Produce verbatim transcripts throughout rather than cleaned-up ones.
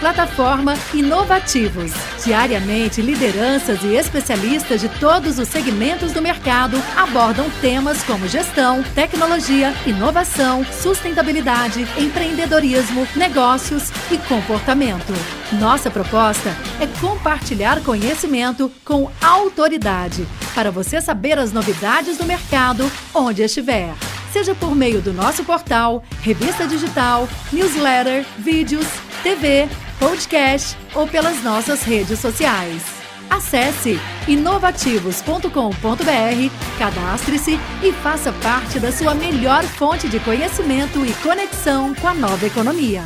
plataforma Inovativos. Diariamente, lideranças e especialistas de todos os segmentos do mercado abordam temas como gestão, tecnologia, inovação, sustentabilidade, empreendedorismo, negócios e comportamento. Nossa proposta é compartilhar conhecimento com autoridade, para você saber as novidades do mercado onde estiver. Seja por meio do nosso portal, revista digital, newsletter, vídeos, T V, podcast ou pelas nossas redes sociais. Acesse inovativos ponto com ponto br, cadastre-se e faça parte da sua melhor fonte de conhecimento e conexão com a nova economia.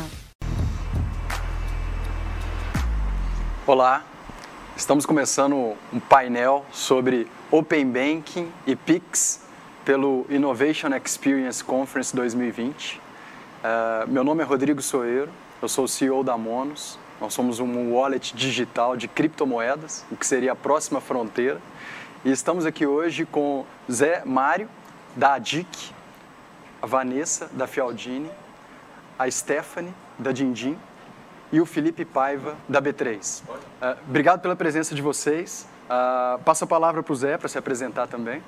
Olá, estamos começando um painel sobre Open Banking e Pix pelo Innovation Experience Conference dois mil e vinte. Uh, meu nome é Rodrigo Soeiro, eu sou o C E O da Monos. Nós somos um wallet digital de criptomoedas, o que seria a próxima fronteira. E estamos aqui hoje com Zé Mário, da Adic, a Vanessa, da Fialdini, a Stephanie, da Dindim, e o Felipe Paiva, da B três. Uh, obrigado pela presença de vocês. Uh, passo a palavra para o Zé para se apresentar também.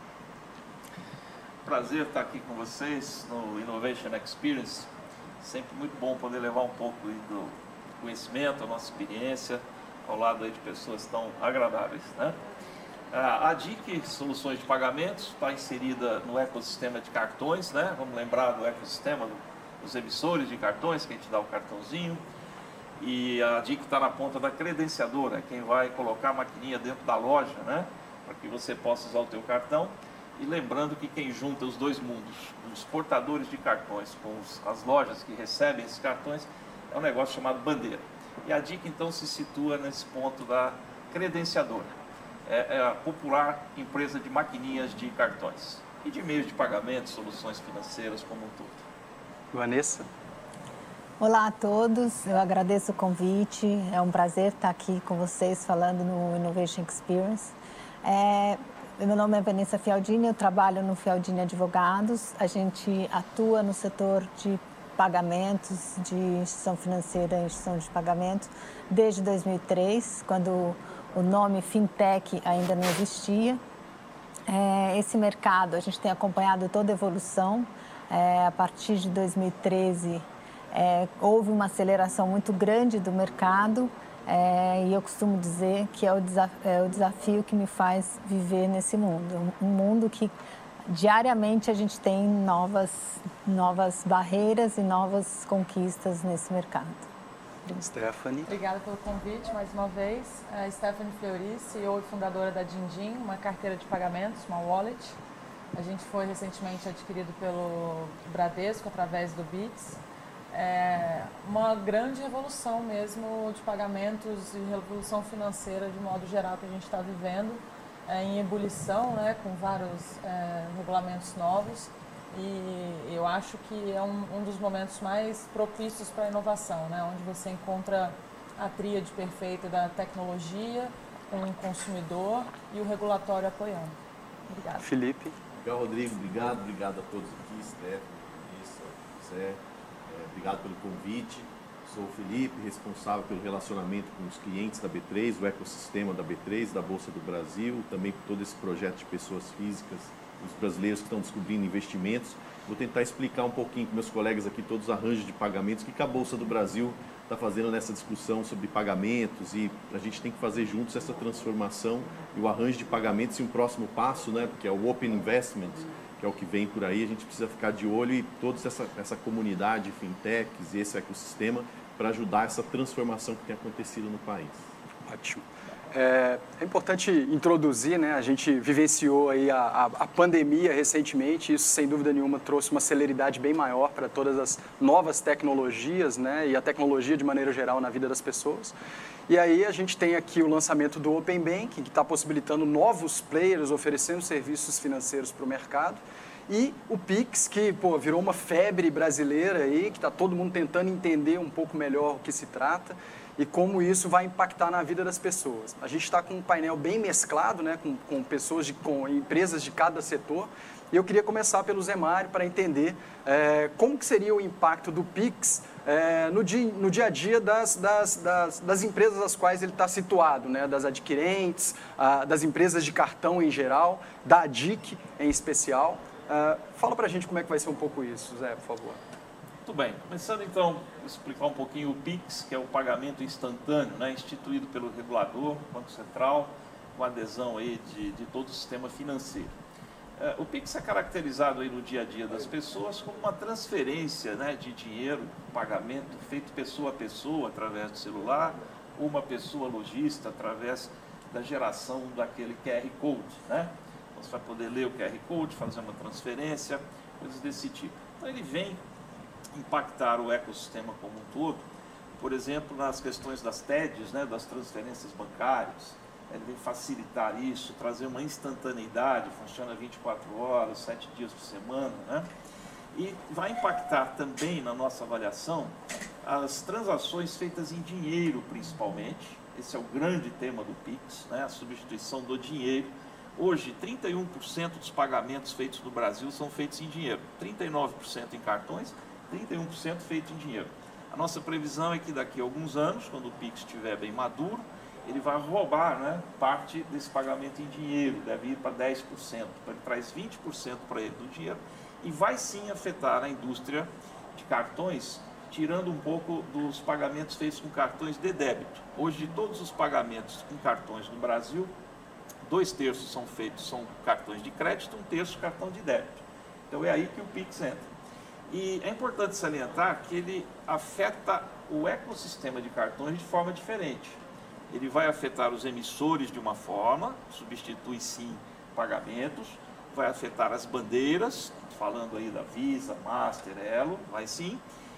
Prazer estar aqui com vocês no Innovation Experience. Sempre muito bom poder levar um pouco do conhecimento, a nossa experiência, ao lado aí de pessoas tão agradáveis, né? A Adic Soluções de Pagamentos está inserida no ecossistema de cartões, né? Vamos lembrar do ecossistema dos emissores de cartões, que a gente dá o cartãozinho. E a Adic está na ponta da credenciadora, quem vai colocar a maquininha dentro da loja, né? Para que você possa usar o teu cartão. E lembrando que quem junta os dois mundos, os portadores de cartões com os, as lojas que recebem esses cartões, é um negócio chamado bandeira. E a Adic então se situa nesse ponto da credenciadora. É, é a popular empresa de maquininhas de cartões e de meios de pagamento, soluções financeiras como um todo. Vanessa? Olá a todos, eu agradeço o convite, é um prazer estar aqui com vocês falando no Innovation Experience. É... Meu nome é Vanessa Fialdini, eu trabalho no Fialdini Advogados. A gente atua no setor de pagamentos, de instituição financeira e instituição de pagamento, desde dois mil e três, quando o nome Fintech ainda não existia. É, esse mercado, a gente tem acompanhado toda a evolução. É, a partir de dois mil e treze, é, houve uma aceleração muito grande do mercado. É, e eu costumo dizer que é o, desafio, é o desafio que me faz viver nesse mundo. Um mundo que diariamente a gente tem novas, novas barreiras e novas conquistas nesse mercado. Stephanie. Obrigada pelo convite mais uma vez. É Stephanie Fleury, C E O e fundadora da Dindim, uma carteira de pagamentos, uma wallet. A gente foi recentemente adquirido pelo Bradesco através do Bits. É uma grande revolução mesmo de pagamentos e revolução financeira de modo geral que a gente está vivendo, é, em ebulição, né, com vários é, regulamentos novos, e eu acho que é um, um dos momentos mais propícios para a inovação, né, onde você encontra a tríade perfeita da tecnologia, com o consumidor e o regulatório apoiando. Obrigada. Felipe. Legal, Rodrigo. Obrigado, obrigado a todos aqui, Stephanie, Vanessa, Zé. Obrigado pelo convite. Sou o Felipe, responsável pelo relacionamento com os clientes da B três, o ecossistema da B três, da Bolsa do Brasil, também por todo esse projeto de pessoas físicas, os brasileiros que estão descobrindo investimentos. Vou tentar explicar um pouquinho com meus colegas aqui todos os arranjos de pagamentos, o que a Bolsa do Brasil está fazendo nessa discussão sobre pagamentos, e a gente tem que fazer juntos essa transformação e o arranjo de pagamentos e um próximo passo, né, que é o Open Investment, que é o que vem por aí. A gente precisa ficar de olho e toda essa, essa comunidade, fintechs e esse ecossistema para ajudar essa transformação que tem acontecido no país. Ótimo. É, é importante introduzir, né? A gente vivenciou aí a, a, a pandemia recentemente, isso sem dúvida nenhuma trouxe uma celeridade bem maior para todas as novas tecnologias, né? E a tecnologia de maneira geral na vida das pessoas. E aí a gente tem aqui o lançamento do Open Banking, que está possibilitando novos players oferecendo serviços financeiros para o mercado. E o Pix, que pô, virou uma febre brasileira aí, que está todo mundo tentando entender um pouco melhor o que se trata e como isso vai impactar na vida das pessoas. A gente está com um painel bem mesclado, né, com, com pessoas, de, com empresas de cada setor, E eu queria começar pelo Zé Mário para entender é, como que seria o impacto do Pix é, no, dia, no dia a dia das, das, das, das empresas às quais ele está situado, né? Das adquirentes, a, das empresas de cartão em geral, da A D I C em especial. Uh, fala para a gente como é que vai ser um pouco isso, Zé, por favor. Muito bem. Começando então a explicar um pouquinho o Pix, que é o pagamento instantâneo, né? Instituído pelo regulador, Banco Central, com adesão aí de, de todo o sistema financeiro. O Pix é caracterizado aí no dia a dia das pessoas como uma transferência, né, de dinheiro, pagamento feito pessoa a pessoa através do celular, ou uma pessoa lojista através da geração daquele Q R Code, né? Você vai poder ler o Q R Code, fazer uma transferência, coisas desse tipo. Então ele vem impactar o ecossistema como um todo, por exemplo, nas questões das T E Ds, né, das transferências bancárias. Ele vem facilitar isso, trazer uma instantaneidade, funciona vinte e quatro horas, sete dias por semana, né? E vai impactar também, na nossa avaliação, as transações feitas em dinheiro, principalmente. Esse é o grande tema do Pix, né? A substituição do dinheiro. Hoje, trinta e um por cento dos pagamentos feitos no Brasil são feitos em dinheiro, trinta e nove por cento em cartões, trinta e um por cento feito em dinheiro. A nossa previsão é que daqui a alguns anos, quando o Pix estiver bem maduro, ele vai roubar, né, parte desse pagamento em dinheiro, deve ir para dez por cento, ele traz vinte por cento para ele do dinheiro e vai sim afetar a indústria de cartões, tirando um pouco dos pagamentos feitos com cartões de débito. Hoje, de todos os pagamentos com cartões no Brasil, dois terços são feitos, são cartões de crédito, um terço cartão de débito. Então é aí que o Pix entra. E é importante salientar que ele afeta o ecossistema de cartões de forma diferente. Ele vai afetar os emissores de uma forma, substitui sim pagamentos, vai afetar as bandeiras, falando aí da Visa, Master, Elo, vai sim,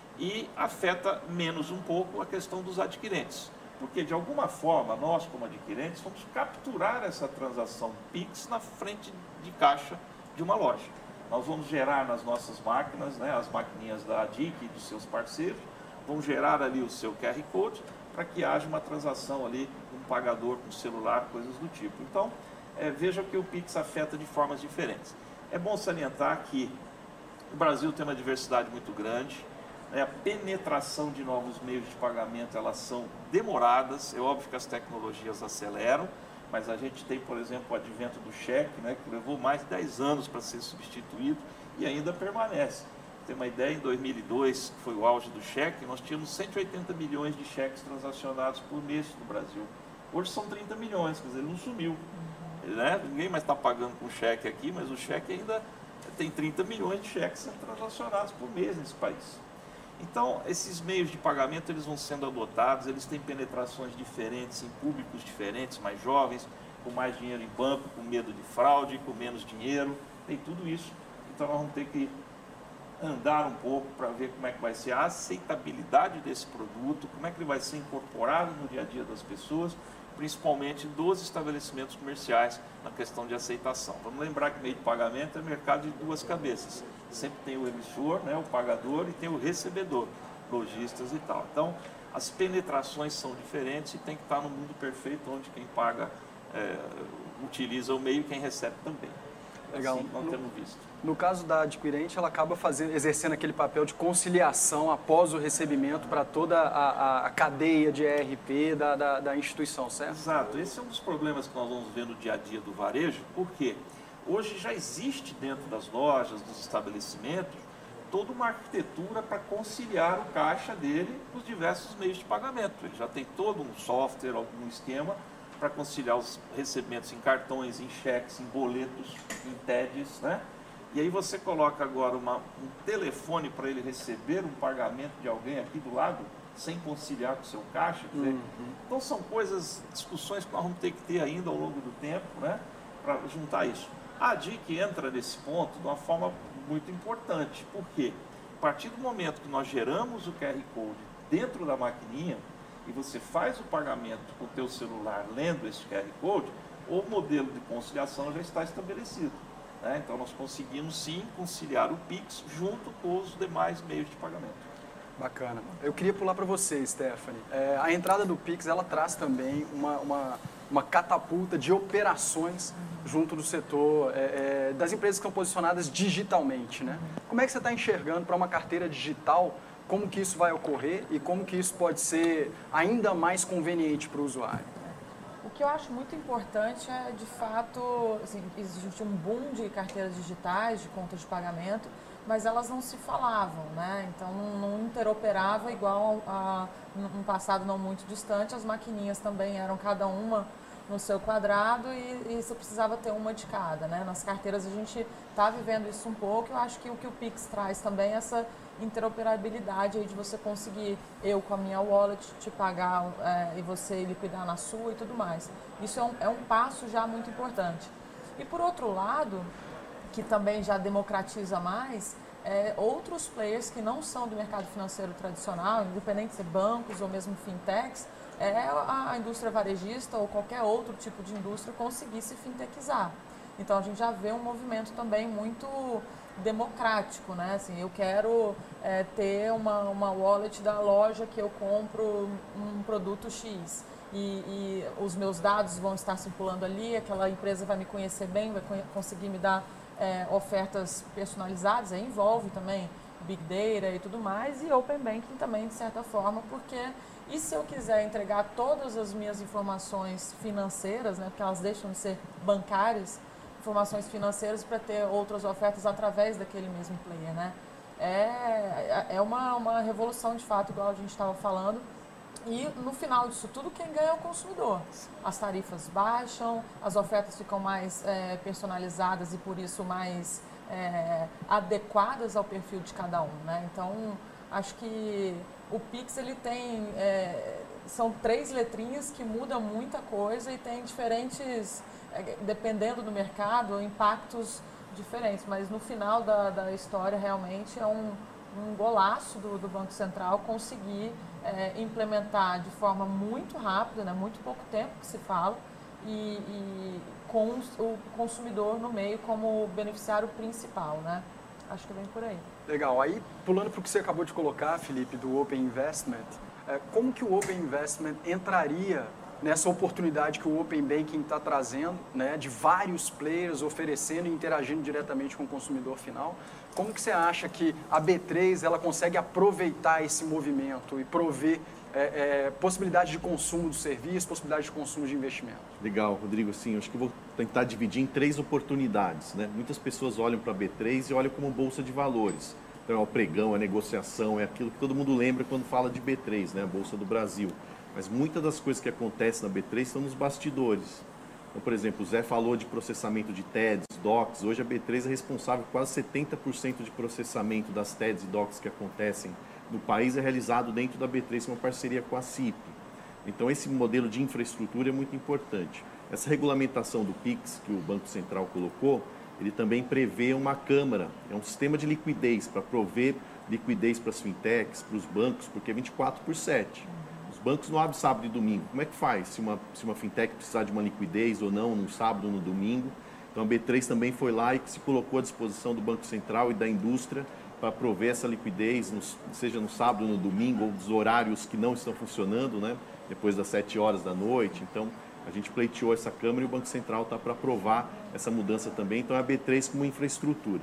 e afeta menos um pouco a questão dos adquirentes, porque de alguma forma nós como adquirentes vamos capturar essa transação Pix na frente de caixa de uma loja. Nós vamos gerar nas nossas máquinas, né, as maquininhas da A D I C e dos seus parceiros, vão gerar ali o seu Q R Code, para que haja uma transação ali, um pagador com celular, coisas do tipo. Então, é, veja que o Pix afeta de formas diferentes. É bom salientar que o Brasil tem uma diversidade muito grande, né? A penetração de novos meios de pagamento, elas são demoradas, é óbvio que as tecnologias aceleram, mas a gente tem, por exemplo, o advento do cheque, né, que levou mais de dez anos para ser substituído e ainda permanece. Tem uma ideia, em dois mil e dois, que foi o auge do cheque, nós tínhamos cento e oitenta milhões de cheques transacionados por mês no Brasil. Hoje são trinta milhões, quer dizer, ele não sumiu. Né? Ninguém mais está pagando com cheque aqui, mas o cheque ainda tem trinta milhões de cheques sendo transacionados por mês nesse país. Então, esses meios de pagamento, eles vão sendo adotados, eles têm penetrações diferentes em públicos diferentes, mais jovens, com mais dinheiro em banco, com medo de fraude, com menos dinheiro, tem tudo isso. Então, nós vamos ter que andar um pouco para ver como é que vai ser a aceitabilidade desse produto, como é que ele vai ser incorporado no dia a dia das pessoas, principalmente dos estabelecimentos comerciais na questão de aceitação. Vamos lembrar que meio de pagamento é mercado de duas cabeças. Sempre tem o emissor, né, o pagador, e tem o recebedor, lojistas e tal. Então, as penetrações são diferentes e tem que estar no mundo perfeito, onde quem paga é, utiliza o meio e quem recebe também. Legal. Assim, nós temos visto. No caso da adquirente, ela acaba fazendo, exercendo aquele papel de conciliação após o recebimento para toda a, a, a cadeia de E R P da, da, da instituição, certo? Exato. Esse é um dos problemas que nós vamos ver no dia a dia do varejo, porque hoje já existe dentro das lojas, dos estabelecimentos, toda uma arquitetura para conciliar o caixa dele com os diversos meios de pagamento. Ele já tem todo um software, algum esquema para conciliar os recebimentos em cartões, em cheques, em boletos, em T E Ds, né? E aí você coloca agora uma, um telefone para ele receber um pagamento de alguém aqui do lado, sem conciliar com o seu caixa. Quer dizer, uhum. Então são coisas, discussões que nós vamos ter que ter ainda ao longo do tempo, né, para juntar isso. A A D I C entra nesse ponto de uma forma muito importante, porque a partir do momento que nós geramos o Q R Code dentro da maquininha e você faz o pagamento com o teu celular lendo esse Q R Code, o modelo de conciliação já está estabelecido. Né? Então nós conseguimos sim conciliar o Pix junto com os demais meios de pagamento. Bacana. Eu queria pular para você, Stephanie. É, a entrada do Pix, ela traz também uma, uma, uma catapulta de operações junto do setor, é, é, das empresas que estão posicionadas digitalmente, né? Como é que você está enxergando para uma carteira digital, como que isso vai ocorrer e como que isso pode ser ainda mais conveniente para o usuário? O que eu acho muito importante é, de fato, assim, existe um boom de carteiras digitais, de contas de pagamento, mas elas não se falavam, né? Então não, não interoperava igual a um passado não muito distante. As maquininhas também eram cada uma no seu quadrado e, e você precisava ter uma de cada, né? Nas carteiras a gente está vivendo isso um pouco. Eu acho que o que o Pix traz também é essa interoperabilidade aí de você conseguir, eu com a minha wallet, te pagar é, e você liquidar na sua e tudo mais. Isso é um, é um passo já muito importante. E por outro lado, que também já democratiza mais, é, outros players que não são do mercado financeiro tradicional, independente de ser bancos ou mesmo fintechs, é a, a indústria varejista ou qualquer outro tipo de indústria conseguir se fintechizar. Então a gente já vê um movimento também muito democrático, né? Assim, eu quero é, ter uma, uma wallet da loja que eu compro um produto X e, e os meus dados vão estar circulando ali, aquela empresa vai me conhecer bem, vai conseguir me dar é, ofertas personalizadas, aí envolve também Big Data e tudo mais, e Open Banking também, de certa forma, porque e se eu quiser entregar todas as minhas informações financeiras, né, porque elas deixam de ser bancárias, informações financeiras para ter outras ofertas através daquele mesmo player, né? É, é uma, uma revolução de fato, igual a gente estava falando, e no final disso tudo quem ganha é o consumidor. As tarifas baixam, as ofertas ficam mais é, personalizadas e por isso mais é, adequadas ao perfil de cada um, né? Então acho que o Pix ele tem, é, são três letrinhas que mudam muita coisa e tem diferentes, dependendo do mercado, impactos diferentes, mas no final da, da história realmente é um, um golaço do, do Banco Central conseguir é, implementar de forma muito rápida, né, muito pouco tempo que se fala, e, e com o consumidor no meio como beneficiário principal, né? Acho que vem por aí. Legal. Aí, pulando para o que você acabou de colocar, Felipe, do Open Investment, é, como que o Open Investment entraria nessa oportunidade que o Open Banking está trazendo, né, de vários players oferecendo e interagindo diretamente com o consumidor final? Como que você acha que a B três ela consegue aproveitar esse movimento e prover é, é, possibilidade de consumo do serviço, possibilidade de consumo de investimento? Legal, Rodrigo. Sim, acho que eu vou tentar dividir em três oportunidades, né? Muitas pessoas olham para a B três e olham como bolsa de valores. Então é o pregão, é a negociação, é aquilo que todo mundo lembra quando fala de B três, né? A Bolsa do Brasil. Mas muitas das coisas que acontecem na B três estão nos bastidores. Então, por exemplo, o Zé falou de processamento de T E Ds, D O Cs. Hoje a B três é responsável por quase setenta por cento de processamento das T E Ds e D O Cs que acontecem no país, é realizado dentro da B três, uma parceria com a C I P. Então esse modelo de infraestrutura é muito importante. Essa regulamentação do Pix que o Banco Central colocou, ele também prevê uma câmara, é um sistema de liquidez para prover liquidez para as fintechs, para os bancos, porque é vinte e quatro por sete. Os bancos não abrem sábado e domingo. Como é que faz se uma, se uma fintech precisar de uma liquidez ou não, no sábado ou no domingo? Então a B três também foi lá e se colocou à disposição do Banco Central e da indústria para prover essa liquidez, seja no sábado ou no domingo, ou dos horários que não estão funcionando, né? Depois das sete horas da noite. Então a gente pleiteou essa Câmara e o Banco Central está para aprovar essa mudança também. Então, é a B três como infraestrutura.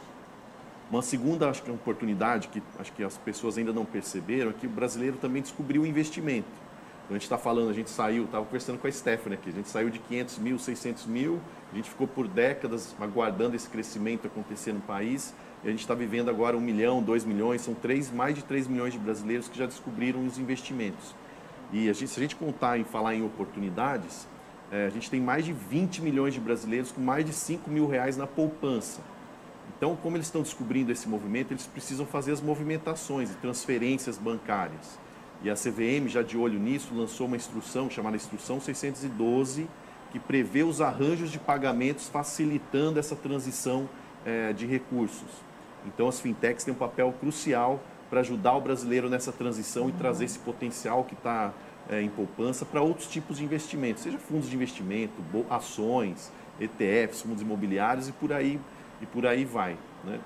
Uma segunda, acho que, oportunidade que acho que as pessoas ainda não perceberam é que o brasileiro também descobriu o investimento. Então, a gente está falando, a gente saiu, estava conversando com a Stephanie aqui, a gente saiu de quinhentos mil, seiscentos mil, a gente ficou por décadas aguardando esse crescimento acontecer no país e a gente está vivendo agora um milhão, dois milhões, são três, mais de três milhões de brasileiros que já descobriram os investimentos. E a gente, se a gente contar em falar em oportunidades, é, a gente tem mais de vinte milhões de brasileiros com mais de cinco mil reais na poupança. Então, como eles estão descobrindo esse movimento, eles precisam fazer as movimentações e transferências bancárias. E a C V M, já de olho nisso, lançou uma instrução chamada Instrução seiscentos e doze, que prevê os arranjos de pagamentos facilitando essa transição é, de recursos. Então, as fintechs têm um papel crucial para ajudar o brasileiro nessa transição e trazer esse potencial que está é, em poupança para outros tipos de investimentos, seja fundos de investimento, ações, E T Fs, fundos imobiliários e por aí, e por aí vai, né?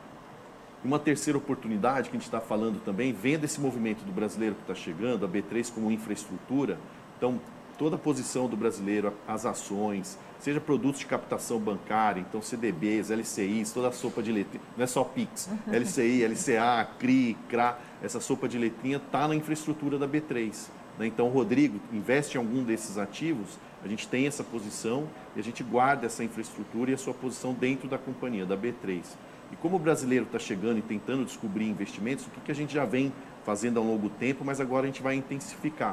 Uma terceira oportunidade que a gente está falando também, vendo esse movimento do brasileiro que está chegando, a B três como infraestrutura, então toda a posição do brasileiro, as ações, seja produtos de captação bancária, então C D Bs, L C Is, toda a sopa de letrinha, não é só Pix, L C I, L C A, C R I, C R A, essa sopa de letrinha está na infraestrutura da B três. Né? Então, o Rodrigo investe em algum desses ativos, a gente tem essa posição e a gente guarda essa infraestrutura e a sua posição dentro da companhia, da B três. E como o brasileiro está chegando e tentando descobrir investimentos, o que, que a gente já vem fazendo há um longo tempo, mas agora a gente vai intensificar,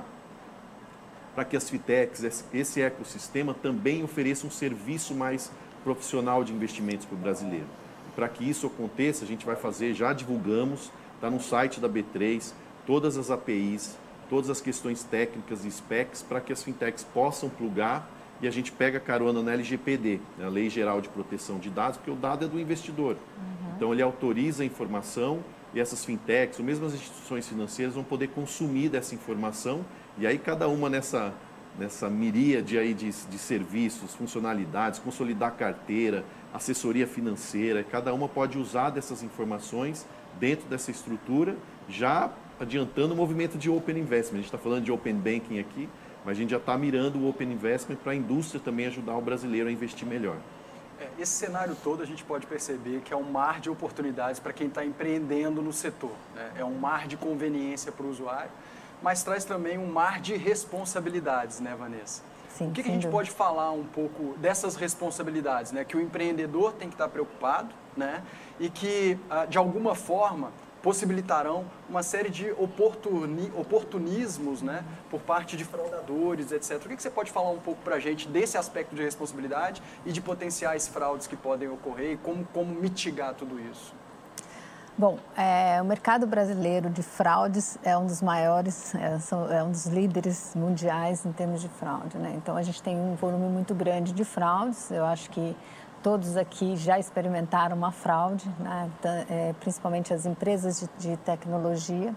para que as fintechs, esse ecossistema também ofereça um serviço mais profissional de investimentos para o brasileiro. Para que isso aconteça, a gente vai fazer, já divulgamos, está no site da B três, todas as A P Is, todas as questões técnicas e specs, para que as fintechs possam plugar e a gente pega carona na L G P D, né, a Lei Geral de Proteção de Dados, porque o dado é do investidor. Uhum. Então, ele autoriza a informação e essas fintechs, ou mesmo as instituições financeiras, vão poder consumir dessa informação. E aí cada uma nessa, nessa miríade aí de, de serviços, funcionalidades, consolidar carteira, assessoria financeira, cada uma pode usar dessas informações dentro dessa estrutura, já adiantando o movimento de Open Investment. A gente está falando de Open Banking aqui, mas a gente já está mirando o Open Investment para a indústria também ajudar o brasileiro a investir melhor. Esse cenário todo a gente pode perceber que é um mar de oportunidades para quem está empreendendo no setor. Né? É um mar de conveniência para o usuário, mas traz também um mar de responsabilidades, né, Vanessa? Sim, o que, que a gente dúvida. pode falar um pouco dessas responsabilidades, né? Que o empreendedor tem que estar preocupado, né? E que, de alguma forma, possibilitarão uma série de oportuni, oportunismos, né? Por parte de fraudadores, etcétera. O que, que você pode falar um pouco para a gente desse aspecto de responsabilidade e de potenciais fraudes que podem ocorrer e como, como mitigar tudo isso? Bom, é, o mercado brasileiro de fraudes é um dos maiores, é, são, é um dos líderes mundiais em termos de fraude, né? Então, a gente tem um volume muito grande de fraudes. Eu acho que todos aqui já experimentaram uma fraude, né? É, principalmente as empresas de, de tecnologia.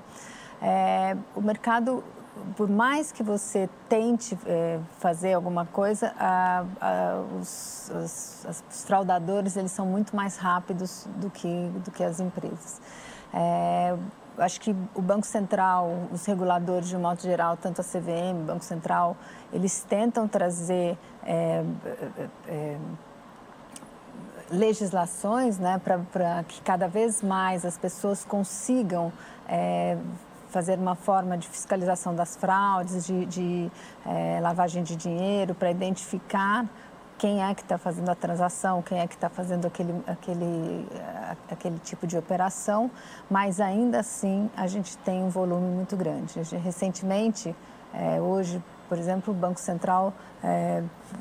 É, o mercado, por mais que você tente é, fazer alguma coisa, a, a, os, os, os fraudadores eles são muito mais rápidos do que, do que as empresas. É, acho que o Banco Central, os reguladores de um modo geral, tanto a C V M, o Banco Central, eles tentam trazer é, é, legislações, né, para que cada vez mais as pessoas consigam é, fazer uma forma de fiscalização das fraudes, de, de é, lavagem de dinheiro, para identificar quem é que está fazendo a transação, quem é que está fazendo aquele, aquele, aquele tipo de operação, mas ainda assim a gente tem um volume muito grande. Recentemente, é, hoje, por exemplo, o Banco Central é,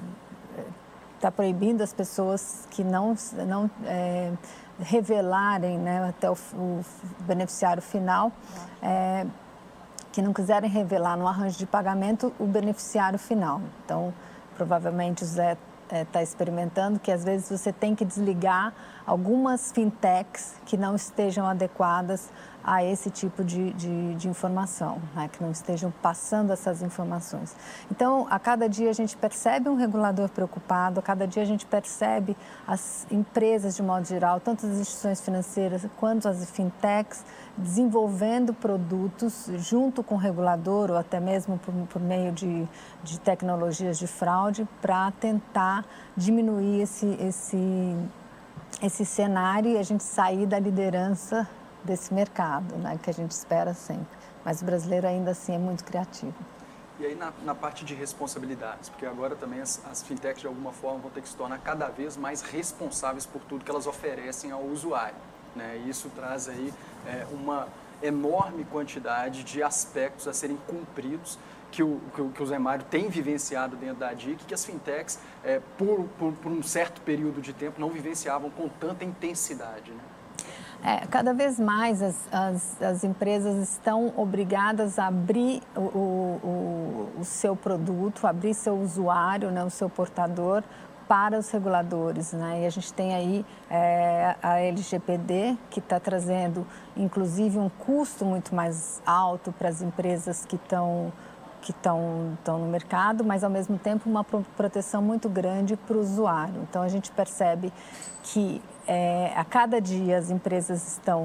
está proibindo as pessoas que não, não é, revelarem, né, até o, o beneficiário final, é, que não quiserem revelar no arranjo de pagamento o beneficiário final. Então, provavelmente o Zé está é, experimentando que às vezes você tem que desligar algumas fintechs que não estejam adequadas a esse tipo de, de, de informação, né? Que não estejam passando essas informações. Então, a cada dia a gente percebe um regulador preocupado, a cada dia a gente percebe as empresas, de modo geral, tanto as instituições financeiras quanto as fintechs, desenvolvendo produtos junto com o regulador ou até mesmo por, por meio de, de tecnologias de fraude para tentar diminuir esse, esse, esse cenário e a gente sair da liderança desse mercado, né, que a gente espera sempre. Mas o brasileiro ainda assim é muito criativo. E aí na, na parte de responsabilidades, porque agora também as, as fintechs de alguma forma vão ter que se tornar cada vez mais responsáveis por tudo que elas oferecem ao usuário, né? E isso traz aí é, uma enorme quantidade de aspectos a serem cumpridos que o, que o, que o Zé Mário tem vivenciado dentro da D I C, que as fintechs, é, por, por, por um certo período de tempo, não vivenciavam com tanta intensidade, né? É, cada vez mais as, as, as empresas estão obrigadas a abrir o, o, o seu produto, abrir seu usuário, né, o seu portador, para os reguladores, né? E a gente tem aí é, a L G P D, que está trazendo, inclusive, um custo muito mais alto para as empresas que estão que estão estão no mercado, mas, ao mesmo tempo, uma proteção muito grande para o usuário. Então, a gente percebe que, é, a cada dia, as empresas estão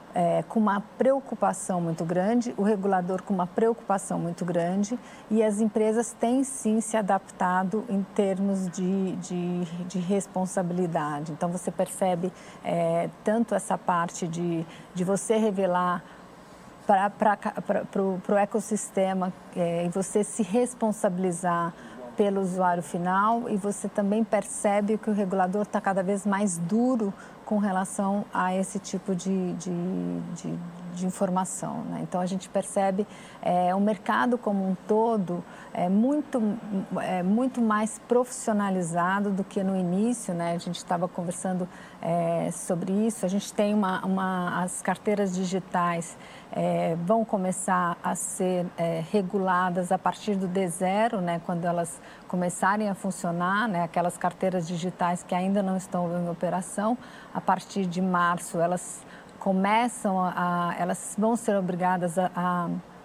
é, com uma preocupação muito grande, o regulador com uma preocupação muito grande, e as empresas têm sim se adaptado em termos de, de, de responsabilidade. Então, você percebe é, tanto essa parte de, de você revelar para o ecossistema é, e você se responsabilizar pelo usuário final, e você também percebe que o regulador está cada vez mais duro com relação a esse tipo de, de, de, de informação, né? Então, a gente percebe é, o mercado como um todo é muito, é, muito mais profissionalizado do que no início, né? A gente estava conversando é, sobre isso. A gente tem uma, uma, as carteiras digitais é, vão começar a ser é, reguladas a partir do D zero, né? Quando elas começarem a funcionar, né? Aquelas carteiras digitais que ainda não estão em operação, a partir de março elas começam a, elas vão ser obrigadas a, a,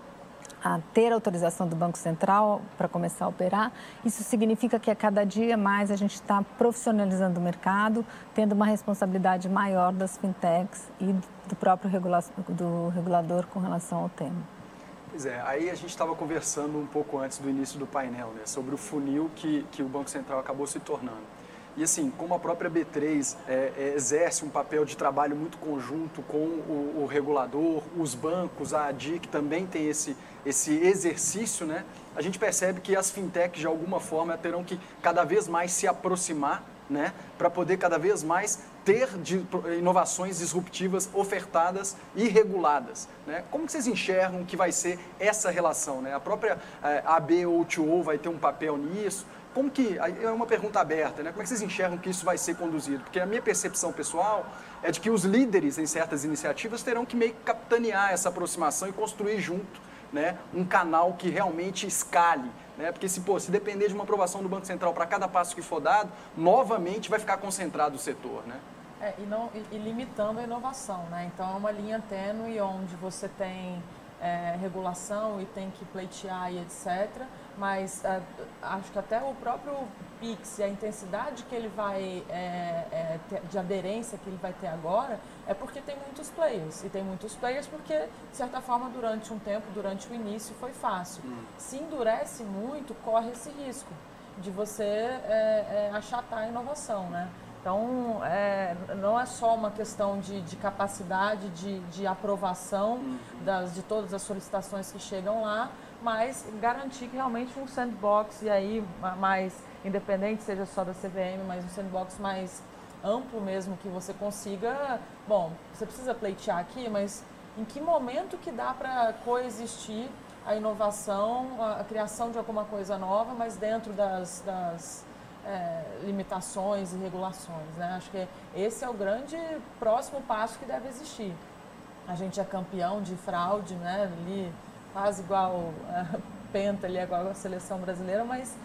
a ter autorização do Banco Central para começar a operar. Isso significa que a cada dia mais a gente está profissionalizando o mercado, tendo uma responsabilidade maior das fintechs e do próprio regula do regulador com relação ao tema. Pois é, aí a gente estava conversando um pouco antes do início do painel, né, sobre o funil que, que o Banco Central acabou se tornando. E assim, como a própria B três é, é, exerce um papel de trabalho muito conjunto com o, o regulador, os bancos, a ADIC também tem esse, esse exercício, né? A gente percebe que as fintechs, de alguma forma, terão que cada vez mais se aproximar, né? Para poder cada vez mais ter de inovações disruptivas ofertadas e reguladas, né? Como que vocês enxergam que vai ser essa relação, né? A própria é, A B O dois O vai ter um papel nisso? Como que, é uma pergunta aberta, né? Como é que vocês enxergam que isso vai ser conduzido? Porque a minha percepção pessoal é de que os líderes em certas iniciativas terão que meio que capitanear essa aproximação e construir junto, né, um canal que realmente escale, né? Porque se, pô, se depender de uma aprovação do Banco Central para cada passo que for dado, novamente vai ficar concentrado o setor, né? É, e, não, e, e limitando a inovação, né? Então é uma linha tênue onde você tem é, regulação e tem que pleitear e etcétera. Mas uh, acho que até o próprio Pix e a intensidade que ele vai, é, é, ter, de aderência que ele vai ter agora, é porque tem muitos players. E tem muitos players porque, de certa forma, durante um tempo, durante o início, foi fácil. Hum. Se endurece muito, corre esse risco de você é, é, achatar a inovação, né? Então, é, não é só uma questão de, de capacidade de, de aprovação hum. das, de todas as solicitações que chegam lá, mas garantir que realmente um sandbox, e aí mais independente, seja só da C V M, mas um sandbox mais amplo mesmo, que você consiga, bom, você precisa pleitear aqui, mas em que momento que dá para coexistir a inovação, a, a criação de alguma coisa nova, mas dentro das, das é, limitações e regulações, né? Acho que esse é o grande próximo passo que deve existir. A gente é campeão de fraude, né? Ali, quase igual a Penta, ali, igual a seleção brasileira, mas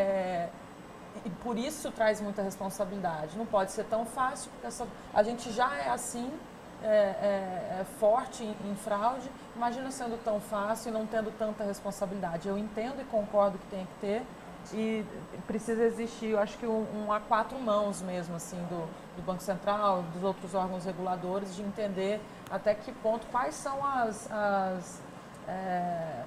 é, e por isso traz muita responsabilidade. Não pode ser tão fácil, porque essa, a gente já é assim, é, é, é forte em, em fraude, imagina sendo tão fácil e não tendo tanta responsabilidade. Eu entendo e concordo que tem que ter, e precisa existir, eu acho que um, um a quatro mãos mesmo, assim, do, do Banco Central, dos outros órgãos reguladores, de entender até que ponto, quais são as... as É,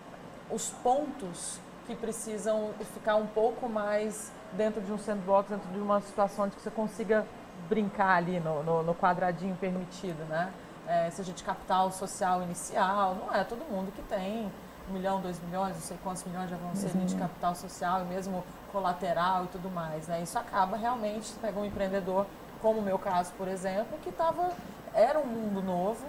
os pontos que precisam ficar um pouco mais dentro de um sandbox, dentro de uma situação onde você consiga brincar ali no, no, no quadradinho permitido, né? É, seja de capital social inicial, não é todo mundo que tem um milhão, dois milhões, não sei quantos milhões já vão ser ali de capital social, e mesmo colateral e tudo mais, né? Isso acaba realmente, você pega um empreendedor, como o meu caso, por exemplo, que tava, era um mundo novo.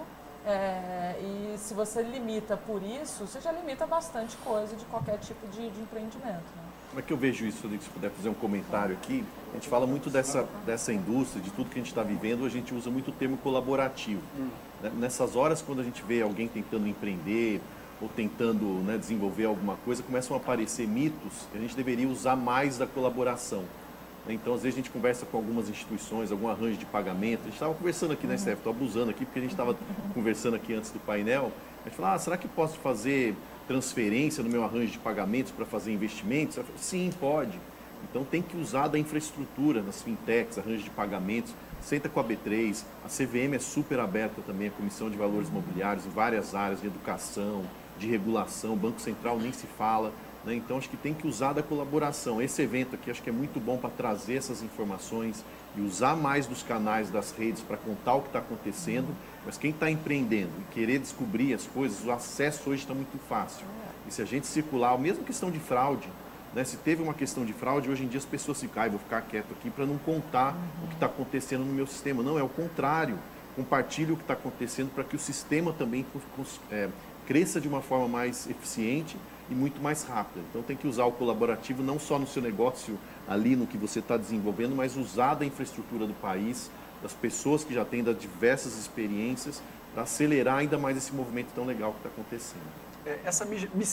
É, e se você limita por isso, você já limita bastante coisa de qualquer tipo de, de empreendimento, né? Como é que eu vejo isso, Rodrigo? Se puder fazer um comentário aqui. A gente fala muito dessa, dessa indústria, de tudo que a gente está vivendo, a gente usa muito o termo colaborativo. Hum. Nessas horas, quando a gente vê alguém tentando empreender ou tentando, né, desenvolver alguma coisa, começam a aparecer mitos que a gente deveria usar mais da colaboração. Então, às vezes, a gente conversa com algumas instituições, algum arranjo de pagamento. A gente estava conversando aqui, né, Steph? Estou abusando aqui, porque a gente estava conversando aqui antes do painel. A gente falou, ah, será que posso fazer transferência no meu arranjo de pagamentos para fazer investimentos? Eu falei, sim, pode. Então tem que usar da infraestrutura nas fintechs, arranjo de pagamentos, senta com a B três, a C V M é super aberta também, a Comissão de Valores Imobiliários, em várias áreas de educação, de regulação, Banco Central nem se fala, né? Então acho que tem que usar da colaboração. Esse evento aqui acho que é muito bom para trazer essas informações e usar mais dos canais das redes para contar o que está acontecendo, mas quem está empreendendo e querer descobrir as coisas, o acesso hoje está muito fácil. E se a gente circular, a mesma questão de fraude, né? Se teve uma questão de fraude, hoje em dia as pessoas ficam, ah, vou ficar quieto aqui para não contar o que está acontecendo no meu sistema. Não, é o contrário. Compartilhe o que está acontecendo para que o sistema também é, cresça de uma forma mais eficiente e muito mais rápida. Então tem que usar o colaborativo não só no seu negócio, ali no que você está desenvolvendo, mas usar da infraestrutura do país, das pessoas que já têm das diversas experiências, para acelerar ainda mais esse movimento tão legal que está acontecendo. Essa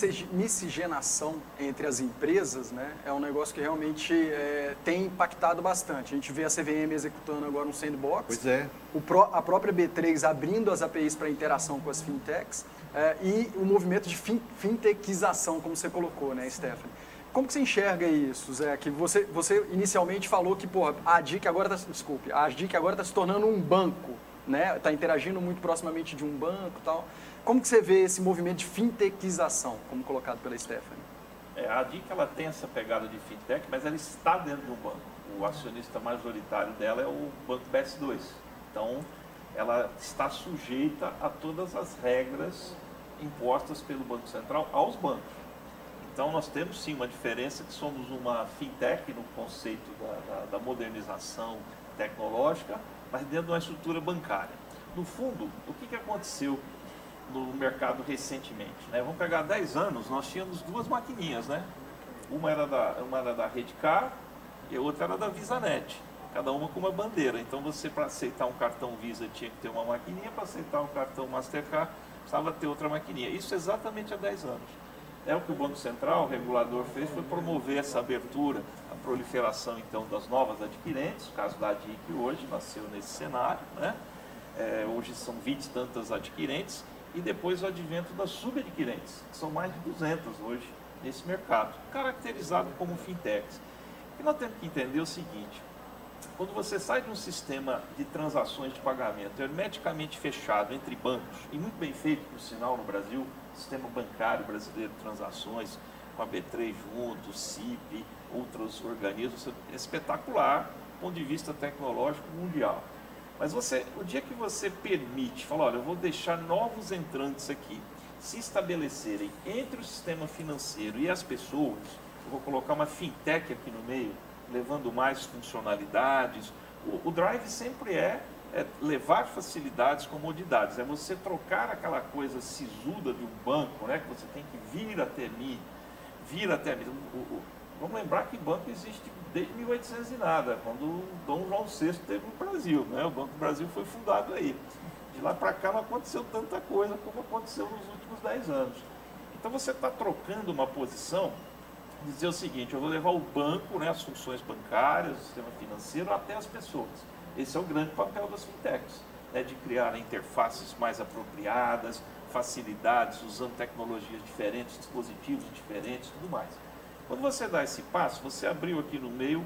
miscigenação entre as empresas, né, é um negócio que realmente é, tem impactado bastante. A gente vê a C V M executando agora um sandbox, pois é. o Pro, a própria B três abrindo as A P Is para interação com as fintechs é, e o movimento de fin, fintechização, como você colocou, né, Stephanie? Como que você enxerga isso, Zé? Que você, você inicialmente falou que porra, a ADIC agora está, desculpe, a ADIC agora está se tornando um banco, né? Está interagindo muito proximamente de um banco e tal. Como que você vê esse movimento de fintechização, como colocado pela Stephanie? É, a ADIC ela tem essa pegada de fintech, mas ela está dentro de um banco. O acionista majoritário dela é o Banco B S dois. Então, ela está sujeita a todas as regras impostas pelo Banco Central aos bancos. Então, nós temos sim uma diferença que somos uma fintech no conceito da, da, da modernização tecnológica, mas dentro de uma estrutura bancária. No fundo, o que, que aconteceu no mercado recentemente, né? Vamos pegar dez anos, nós tínhamos duas maquininhas, né? Uma era da, uma era da Redcar e a outra era da VisaNet, cada uma com uma bandeira. Então você, para aceitar um cartão Visa, tinha que ter uma maquininha, para aceitar um cartão Mastercard, precisava ter outra maquininha. Isso exatamente há dez anos. É o que o Banco Central, o regulador, fez, foi promover essa abertura, a proliferação então das novas adquirentes. O caso da ADIC hoje nasceu nesse cenário, né? É, hoje são vinte e tantas adquirentes. E depois o advento das subadquirentes, que são mais de duzentas hoje nesse mercado, caracterizado como fintechs. E nós temos que entender o seguinte: quando você sai de um sistema de transações de pagamento hermeticamente fechado entre bancos, e muito bem feito, por sinal, no Brasil, sistema bancário brasileiro de transações, com a B três junto, C I P, outros organismos, é espetacular do ponto de vista tecnológico mundial. Mas você, o dia que você permite, fala, olha, eu vou deixar novos entrantes aqui se estabelecerem entre o sistema financeiro e as pessoas, eu vou colocar uma fintech aqui no meio, levando mais funcionalidades. O, o drive sempre é, é levar facilidades, comodidades, é você trocar aquela coisa sisuda de um banco, né, que você tem que vir até mim, vir até mim. O, o, vamos lembrar que banco existe desde mil e oitocentos e nada, quando Dom João sexto teve no Brasil, né? O Banco do Brasil foi fundado aí. De lá para cá não aconteceu tanta coisa como aconteceu nos últimos dez anos. Então você está trocando uma posição, dizer o seguinte: eu vou levar o banco, né, as funções bancárias, o sistema financeiro, até as pessoas. Esse é o grande papel das fintechs, né, de criar interfaces mais apropriadas, facilidades, usando tecnologias diferentes, dispositivos diferentes, tudo mais. Quando você dá esse passo, você abriu aqui no meio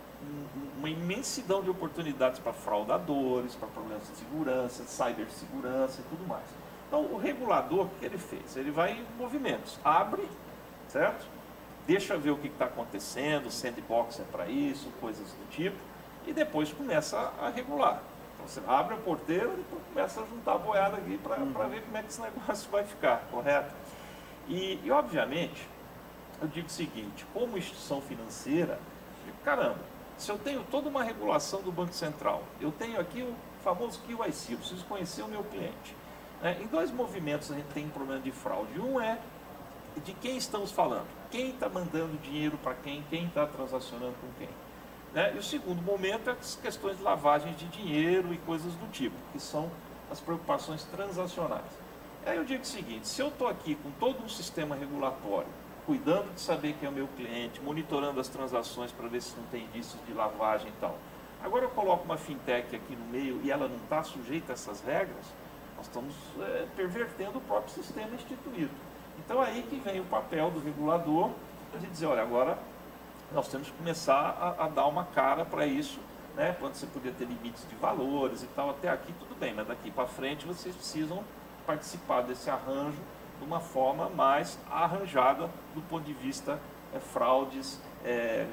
uma imensidão de oportunidades para fraudadores, para problemas de segurança, de cibersegurança e tudo mais. Então, o regulador, o que ele fez? Ele vai em movimentos, abre, certo? Deixa ver o que está acontecendo, sandbox é para isso, coisas do tipo, e depois começa a regular. Então, você abre a porteira e depois começa a juntar a boiada aqui para uhum. ver como é que esse negócio vai ficar, correto? E, e obviamente, eu digo o seguinte: como instituição financeira, caramba, se eu tenho toda uma regulação do Banco Central, eu tenho aqui o famoso Q I C, eu preciso conhecer o meu cliente. É, em dois movimentos a gente tem um problema de fraude. Um é de quem estamos falando, quem está mandando dinheiro para quem, quem está transacionando com quem. Né? E o segundo momento é as questões de lavagem de dinheiro e coisas do tipo, que são as preocupações transacionais. Aí eu digo o seguinte: se eu estou aqui com todo um sistema regulatório, cuidando de saber quem é o meu cliente, monitorando as transações para ver se não tem indícios de lavagem e tal. Agora eu coloco uma fintech aqui no meio e ela não está sujeita a essas regras, nós estamos é, pervertendo o próprio sistema instituído. Então aí que vem o papel do regulador de dizer, olha, agora Nós temos que começar a, a dar uma cara para isso, né? Quando você podia ter limites de valores e tal, até aqui tudo bem, mas daqui para frente vocês precisam participar desse arranjo de uma forma mais arranjada do ponto de vista é, fraudes, é,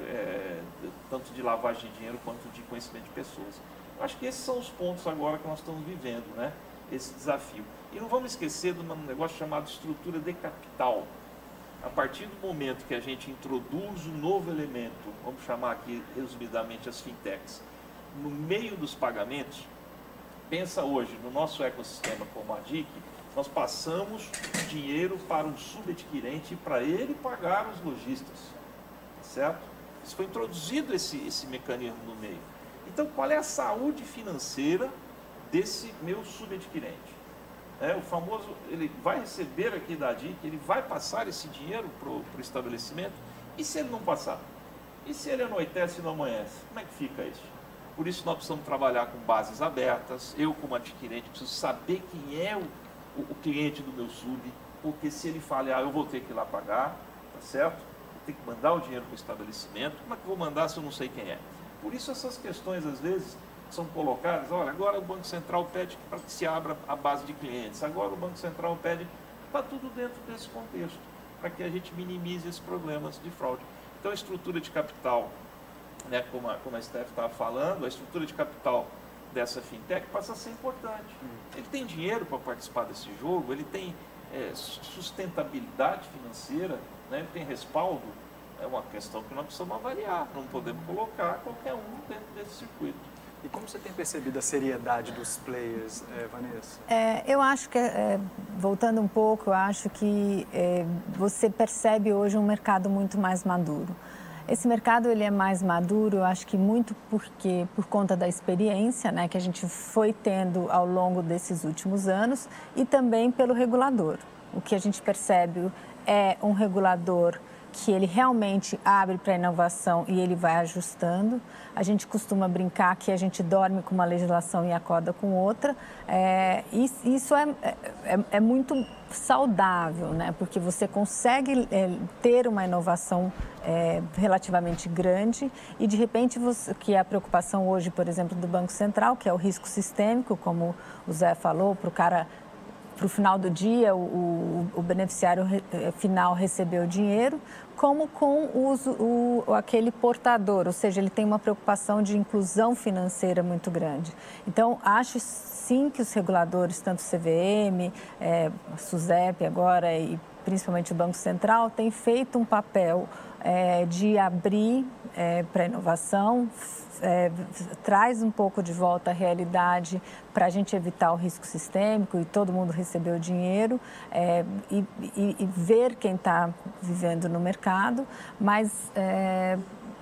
é, tanto de lavagem de dinheiro quanto de conhecimento de pessoas. Eu acho que esses são os pontos agora que nós estamos vivendo, né? Esse desafio. E não vamos esquecer de um negócio chamado estrutura de capital. A partir do momento que a gente introduz um novo elemento, vamos chamar aqui resumidamente as fintechs, no meio dos pagamentos, pensa hoje no nosso ecossistema como a D I C, nós passamos dinheiro para um subadquirente para ele pagar os lojistas, certo? Isso foi introduzido esse, esse mecanismo no meio. Então, qual é a saúde financeira desse meu subadquirente? É, o famoso, ele vai receber aqui da D I C, ele vai passar esse dinheiro para o estabelecimento, e se ele não passar? E se ele anoitece e não amanhece? Como é que fica isso? Por isso nós precisamos trabalhar com bases abertas, eu como adquirente preciso saber quem é o, o, o cliente do meu sub, porque se ele falhar eu vou ter que ir lá pagar, tá certo? Eu tenho que mandar o dinheiro para o estabelecimento, como é que eu vou mandar se eu não sei quem é? Por isso essas questões às vezes são colocadas, olha, agora o Banco Central pede para que se abra a base de clientes, agora o Banco Central pede, está tudo dentro desse contexto, para que a gente minimize esses problemas de fraude. Então a estrutura de capital, né, como a, como a Steph estava falando, a estrutura de capital dessa fintech passa a ser importante. Ele tem dinheiro para participar desse jogo, ele tem é, sustentabilidade financeira, né, ele tem respaldo, é uma questão que nós precisamos avaliar, não podemos colocar qualquer um dentro desse circuito. E como você tem percebido a seriedade dos players, é, Vanessa? É, eu acho que, é, voltando um pouco, eu acho que é, você percebe hoje um mercado muito mais maduro. Esse mercado ele é mais maduro, eu acho que muito porque, por conta da experiência, né, que a gente foi tendo ao longo desses últimos anos e também pelo regulador. O que a gente percebe é um regulador que ele realmente abre para a inovação e ele vai ajustando. A gente costuma brincar que a gente dorme com uma legislação e acorda com outra. É, isso é, é, é muito saudável, né? Porque você consegue é, ter uma inovação é, relativamente grande e, de repente, você, que é a preocupação hoje, por exemplo, do Banco Central, que é o risco sistêmico, como o Zé falou, para o cara... Para o final do dia, o, o, o beneficiário re, final recebeu o dinheiro, como com o, o, aquele portador, ou seja, ele tem uma preocupação de inclusão financeira muito grande. Então, acho sim que os reguladores, tanto o C V M, é, SUSEP agora e principalmente o Banco Central, têm feito um papel é, de abrir é, para a inovação, É, traz um pouco de volta a realidade para a gente evitar o risco sistêmico e todo mundo receber o dinheiro é, e, e, e ver quem está vivendo no mercado, mas é,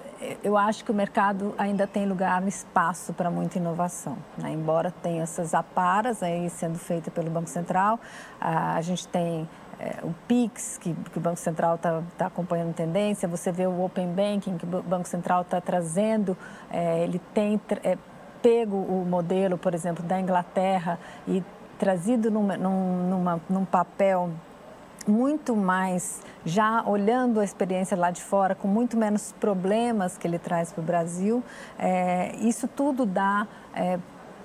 eu acho que o mercado ainda tem lugar, espaço para muita inovação, né? Embora tenha essas aparas aí sendo feitas pelo Banco Central, a, a gente tem É, o Pix, que, que o Banco Central está tá acompanhando tendência, você vê o Open Banking, que o Banco Central está trazendo, é, ele tem é, pego o modelo, por exemplo, da Inglaterra e trazido numa, numa, num papel muito mais, já olhando a experiência lá de fora, com muito menos problemas que ele traz para o Brasil. É, isso tudo dá... É,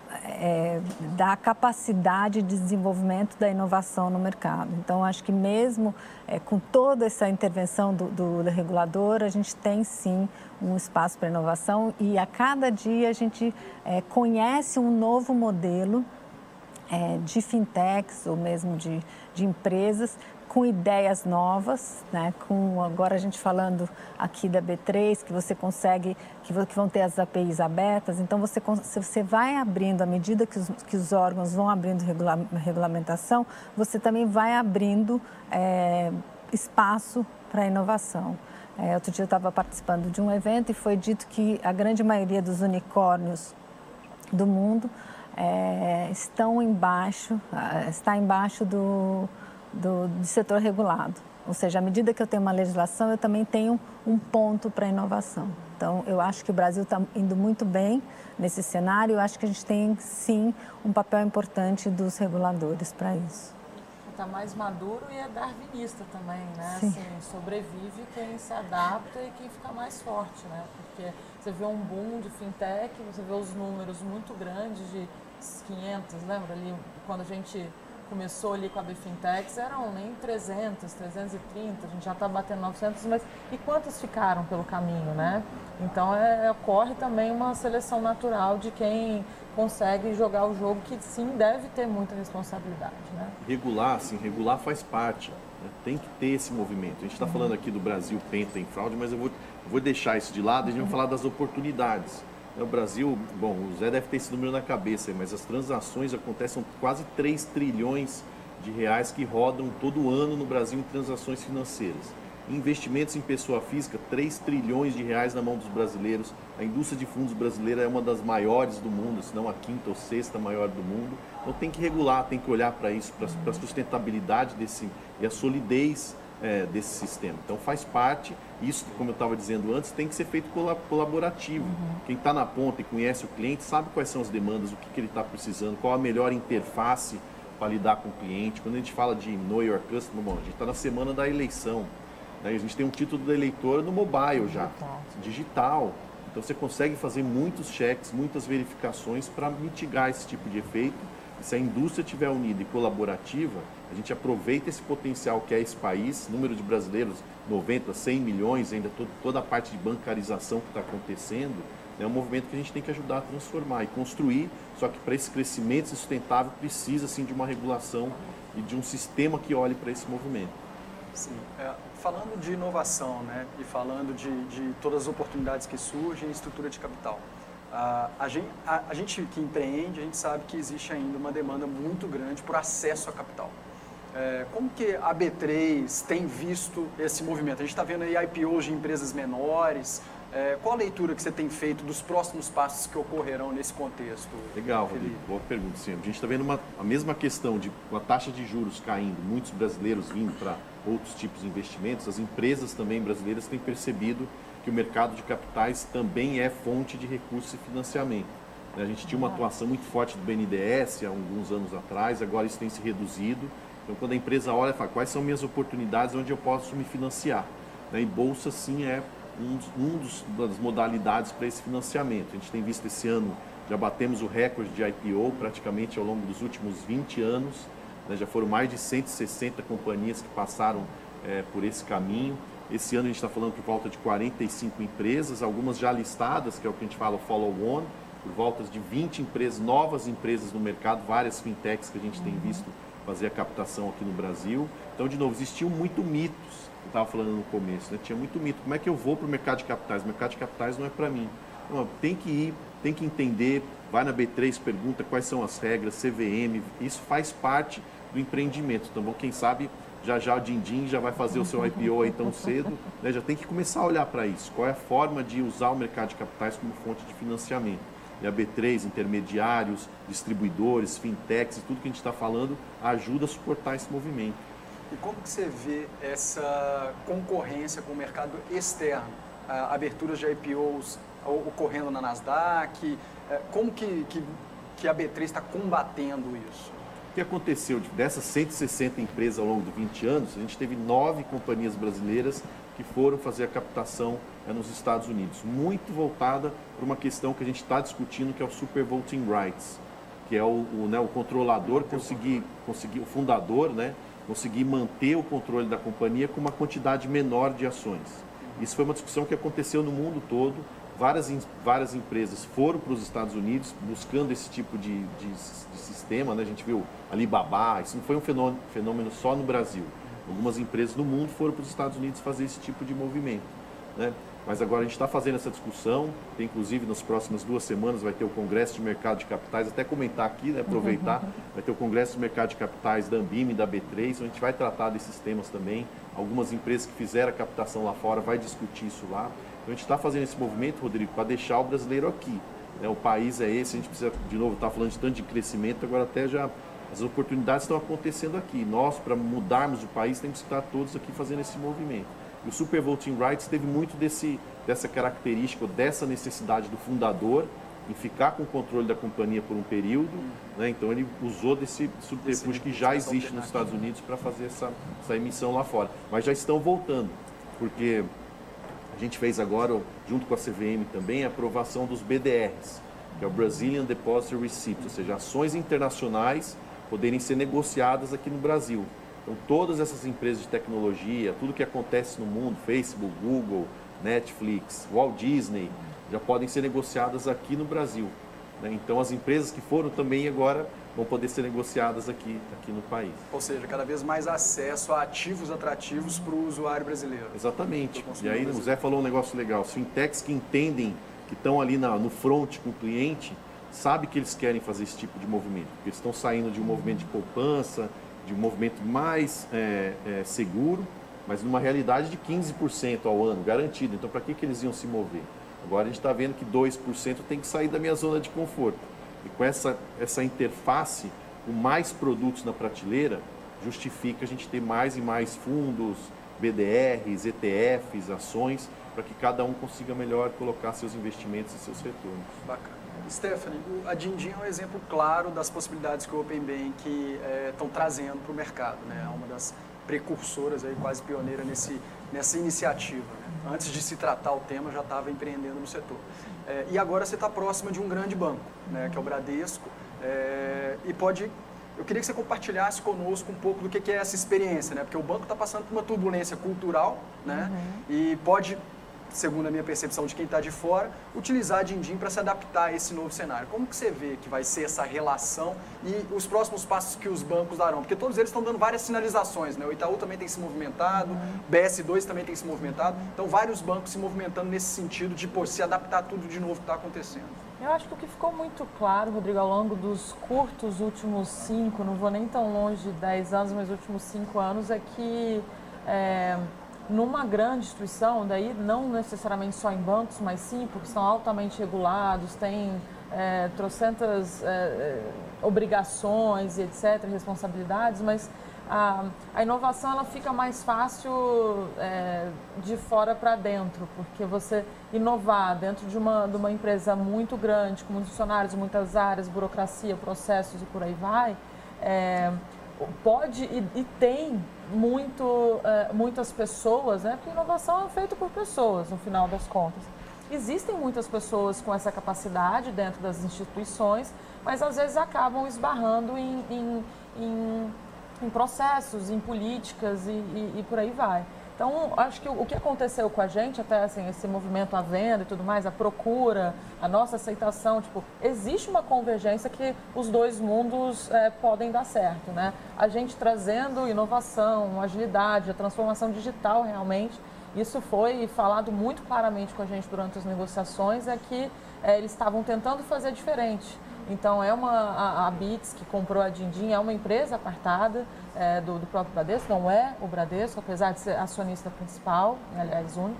É, da capacidade de desenvolvimento da inovação no mercado. Então, acho que mesmo é, com toda essa intervenção do, do, do regulador, a gente tem sim um espaço para inovação e a cada dia a gente é, conhece um novo modelo é, de fintechs ou mesmo de, de empresas com ideias novas, né? Com agora a gente falando aqui da B três, que você consegue, que, que vão ter as A P Is abertas, então você, você vai abrindo, à medida que os, que os órgãos vão abrindo regula, regulamentação, você também vai abrindo é, espaço para a inovação. É, outro dia eu estava participando de um evento e foi dito que a grande maioria dos unicórnios do mundo é, estão embaixo, está embaixo do Do, do setor regulado. Ou seja, à medida que eu tenho uma legislação, eu também tenho um ponto para a inovação. Então, eu acho que o Brasil está indo muito bem nesse cenário. Eu acho que a gente tem, sim, um papel importante dos reguladores para isso. está mais maduro e é darwinista também, né? Sim. Assim, sobrevive quem se adapta e quem fica mais forte, né? Porque você vê um boom de fintech, você vê os números muito grandes de quinhentos, lembra ali, quando a gente começou ali com a Bfintex, eram nem trezentos, trezentos e trinta, a gente já está batendo novecentos, mas e quantos ficaram pelo caminho, né? Então, é, ocorre também uma seleção natural de quem consegue jogar o jogo, que sim, deve ter muita responsabilidade, né? Regular, sim, regular faz parte, né? Tem que ter esse movimento. A gente está uhum. falando aqui do Brasil penta em fraude, mas eu vou, eu vou deixar isso de lado e a gente vai falar das oportunidades. No Brasil, bom, o Zé deve ter esse número na cabeça, mas as transações acontecem quase três trilhões de reais que rodam todo ano no Brasil em transações financeiras. Investimentos em pessoa física, três trilhões de reais na mão dos brasileiros. A indústria de fundos brasileira é uma das maiores do mundo, se não a quinta ou sexta maior do mundo. Então tem que regular, tem que olhar para isso, para a sustentabilidade desse, e a solidez é, desse sistema. Então faz parte, isso, como eu estava dizendo antes, tem que ser feito colaborativo. Uhum. Quem está na ponta e conhece o cliente sabe quais são as demandas, o que, que ele está precisando, qual a melhor interface para lidar com o cliente. Quando a gente fala de Know Your Customer, bom, a gente está na semana da eleição. A gente tem um título da eleitora no mobile já, digital. digital. Então você consegue fazer muitos cheques, muitas verificações para mitigar esse tipo de efeito. E se a indústria estiver unida e colaborativa, a gente aproveita esse potencial que é esse país, número de brasileiros, noventa, cem milhões, ainda todo, toda a parte de bancarização que está acontecendo, é um movimento que a gente tem que ajudar a transformar e construir, só que para esse crescimento sustentável precisa sim de uma regulação e de um sistema que olhe para esse movimento. Sim, é, falando de inovação, né, e falando de, de todas as oportunidades que surgem em estrutura de capital, a, a, gente, a, a gente que empreende, a gente sabe que existe ainda uma demanda muito grande por acesso a capital. É, como que a B três tem visto esse movimento? A gente está vendo aí I P Os de empresas menores. É, qual a leitura que você tem feito dos próximos passos que ocorrerão nesse contexto? Legal, Rodrigo. Boa pergunta, sim. A gente está vendo uma, a mesma questão de uma taxa de juros caindo, muitos brasileiros vindo para outros tipos de investimentos. As empresas também brasileiras têm percebido que o mercado de capitais também é fonte de recursos e financiamento. A gente tinha uma atuação muito forte do B N D E S há alguns anos atrás, agora isso tem se reduzido. Então, quando a empresa olha e fala quais são minhas oportunidades onde eu posso me financiar, e bolsa, sim, é um, um dos, das modalidades para esse financiamento. A gente tem visto esse ano, já batemos o recorde de I P O praticamente ao longo dos últimos vinte anos, né? Já foram mais de cento e sessenta companhias que passaram é, por esse caminho. Esse ano a gente está falando por volta de quarenta e cinco empresas, algumas já listadas, que é o que a gente fala follow-on, por volta de vinte empresas, novas empresas no mercado, várias fintechs que a gente tem visto fazer a captação aqui no Brasil. Então, de novo, existiam muito mitos, eu estava falando no começo, né? Tinha muito mito. Como é que eu vou para o mercado de capitais? O mercado de capitais não é para mim. Não, tem que ir, tem que entender, vai na B três, pergunta quais são as regras, C V M, isso faz parte do empreendimento. Então, bom, quem sabe, já já o Dindim já vai fazer o seu I P O aí tão cedo, né? Já tem que começar a olhar para isso. Qual é a forma de usar o mercado de capitais como fonte de financiamento? E a B três, intermediários, distribuidores, fintechs e tudo que a gente está falando ajuda a suportar esse movimento. E como que você vê essa concorrência com o mercado externo? Ah, aberturas de I P Os ocorrendo na Nasdaq, como que, que, que a B três está combatendo isso? O que aconteceu? Dessas cento e sessenta empresas ao longo de vinte anos, a gente teve nove companhias brasileiras que foram fazer a captação é, nos Estados Unidos, muito voltada para uma questão que a gente está discutindo, que é o Super Voting Rights, que é o, o, né, o controlador conseguir, conseguir, o fundador, né, conseguir manter o controle da companhia com uma quantidade menor de ações. Isso foi uma discussão que aconteceu no mundo todo, várias, várias empresas foram para os Estados Unidos buscando esse tipo de, de, de sistema, né? A gente viu Alibaba, isso não foi um fenômeno, fenômeno só no Brasil. Algumas empresas no mundo foram para os Estados Unidos fazer esse tipo de movimento, né? Mas agora a gente está fazendo essa discussão, tem, inclusive nas próximas duas semanas vai ter o Congresso de Mercado de Capitais, até comentar aqui, né, aproveitar, vai ter o Congresso de Mercado de Capitais da Ambima e da B três, onde a gente vai tratar desses temas também. Algumas empresas que fizeram a captação lá fora vai discutir isso lá. Então a gente está fazendo esse movimento, Rodrigo, para deixar o brasileiro aqui, né? O país é esse, a gente precisa, de novo, estar tá falando de tanto de crescimento, agora até já as oportunidades estão acontecendo aqui. Nós, para mudarmos o país, temos que estar todos aqui fazendo esse movimento. E o Super Voting Rights teve muito desse, dessa característica, dessa necessidade do fundador em ficar com o controle da companhia por um período, né? Então ele usou desse subterfúgio que já existe nos Estados Unidos para fazer essa, essa emissão lá fora. Mas já estão voltando, porque a gente fez agora, junto com a C V M também, a aprovação dos B D Rs, que é o Brazilian Depository Receipt, ou seja, ações internacionais poderem ser negociadas aqui no Brasil. Então todas essas empresas de tecnologia, tudo que acontece no mundo, Facebook, Google, Netflix, Walt Disney, já podem ser negociadas aqui no Brasil, né? Então as empresas que foram também agora vão poder ser negociadas aqui, aqui no país. Ou seja, cada vez mais acesso a ativos atrativos para o usuário brasileiro. Exatamente. E aí o Zé falou um negócio legal, os fintechs que entendem, que estão ali na, no front com o cliente, sabem que eles querem fazer esse tipo de movimento, porque eles estão saindo de um movimento de poupança, de um movimento mais é, é, seguro, mas numa realidade de quinze por cento ao ano, garantido. Então, para que, que eles iam se mover? Agora a gente está vendo que dois por cento tem que sair da minha zona de conforto. E com essa, essa interface, com mais produtos na prateleira, justifica a gente ter mais e mais fundos, B D Rs, E T Fs, ações, para que cada um consiga melhor colocar seus investimentos e seus retornos. Bacana. Stephanie, a Dindin é um exemplo claro das possibilidades que o Open Banking estão é, trazendo para o mercado, né? É uma das precursoras, aí, quase pioneira nesse, nessa iniciativa, né? Antes de se tratar o tema, já estava empreendendo no setor. É, e agora você está próxima de um grande banco, né, que é o Bradesco, é, e pode... Eu queria que você compartilhasse conosco um pouco do que, que é essa experiência, né? Porque o banco está passando por uma turbulência cultural, né? Uhum. E pode, segundo a minha percepção de quem está de fora, utilizar a Dindin para se adaptar a esse novo cenário. Como que você vê que vai ser essa relação e os próximos passos que os bancos darão? Porque todos eles estão dando várias sinalizações, né? O Itaú também tem se movimentado, o B S dois também tem se movimentado, então vários bancos se movimentando nesse sentido de pô, se adaptar a tudo de novo que está acontecendo. Eu acho que o que ficou muito claro, Rodrigo, ao longo dos curtos últimos cinco, não vou nem tão longe de dez anos, mas últimos cinco anos, é que é, numa grande instituição, daí não necessariamente só em bancos, mas sim porque são altamente regulados, têm é, trocentas é, obrigações e etcétera, responsabilidades, mas a, a inovação ela fica mais fácil é, de fora para dentro, porque você inovar dentro de uma, de uma empresa muito grande, com muitos funcionários, muitas áreas, burocracia, processos e por aí vai, é, pode e, e tem muito, é, muitas pessoas, né? Porque inovação é feita por pessoas, no final das contas. Existem muitas pessoas com essa capacidade dentro das instituições, mas às vezes acabam esbarrando em, em, em, em processos, em políticas e, e, e por aí vai. Então, acho que o, o que aconteceu com a gente, até assim, esse movimento à venda e tudo mais, a procura, a nossa aceitação, tipo, existe uma convergência que os dois mundos é, podem dar certo, né? A gente trazendo inovação, agilidade, a transformação digital realmente, isso foi falado muito claramente com a gente durante as negociações, é que é, eles estavam tentando fazer diferente. Então, é uma, a, a Bits, que comprou a Dindin, é uma empresa apartada é, do, do próprio Bradesco, não é o Bradesco, apesar de ser acionista principal, aliás, único,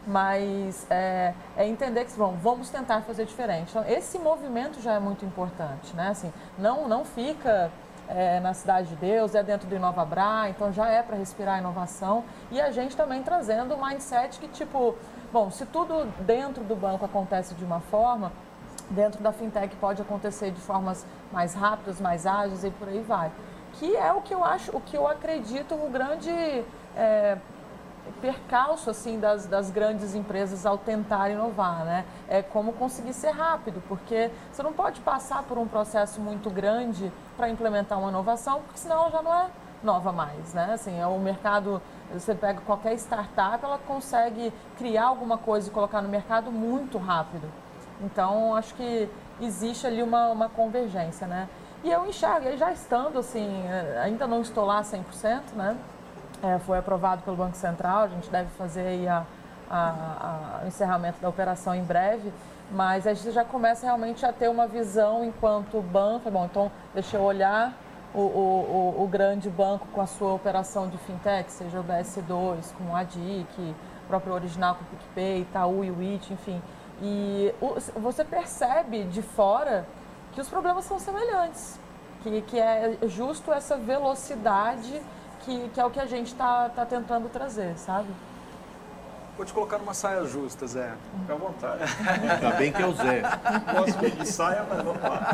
mas é, é entender que bom, vamos tentar fazer diferente. Então, esse movimento já é muito importante, né? Assim, não, não fica é, na Cidade de Deus, é dentro do InovaBra, então já é para respirar a inovação. E a gente também trazendo o mindset que, tipo, bom, se tudo dentro do banco acontece de uma forma, dentro da fintech pode acontecer de formas mais rápidas, mais ágeis e por aí vai. Que é o que eu acho, o que eu acredito o grande é, percalço assim, das, das grandes empresas ao tentar inovar, né? É como conseguir ser rápido, porque você não pode passar por um processo muito grande para implementar uma inovação, porque senão ela já não é nova mais, né? Assim, é o mercado, você pega qualquer startup, ela consegue criar alguma coisa e colocar no mercado muito rápido. Então, acho que existe ali uma, uma convergência, né? E eu enxergo, já estando assim, ainda não estou lá cem por cento, né? É, foi aprovado pelo Banco Central, a gente deve fazer aí a, a, a, o encerramento da operação em breve, mas a gente já começa realmente a ter uma visão enquanto banco. Bom, então, deixa eu olhar o, o, o, o grande banco com a sua operação de fintech, seja o B S dois, com a D I C, o próprio Original com o PicPay, Itaú e o I T, enfim. E você percebe de fora que os problemas são semelhantes, que, que é justo essa velocidade que, que é o que a gente está tá tentando trazer, sabe? Vou te colocar numa saia justa, Zé. Fica à vontade. Ainda bem que é o Zé. Gosto muito de saia, mas vamos lá.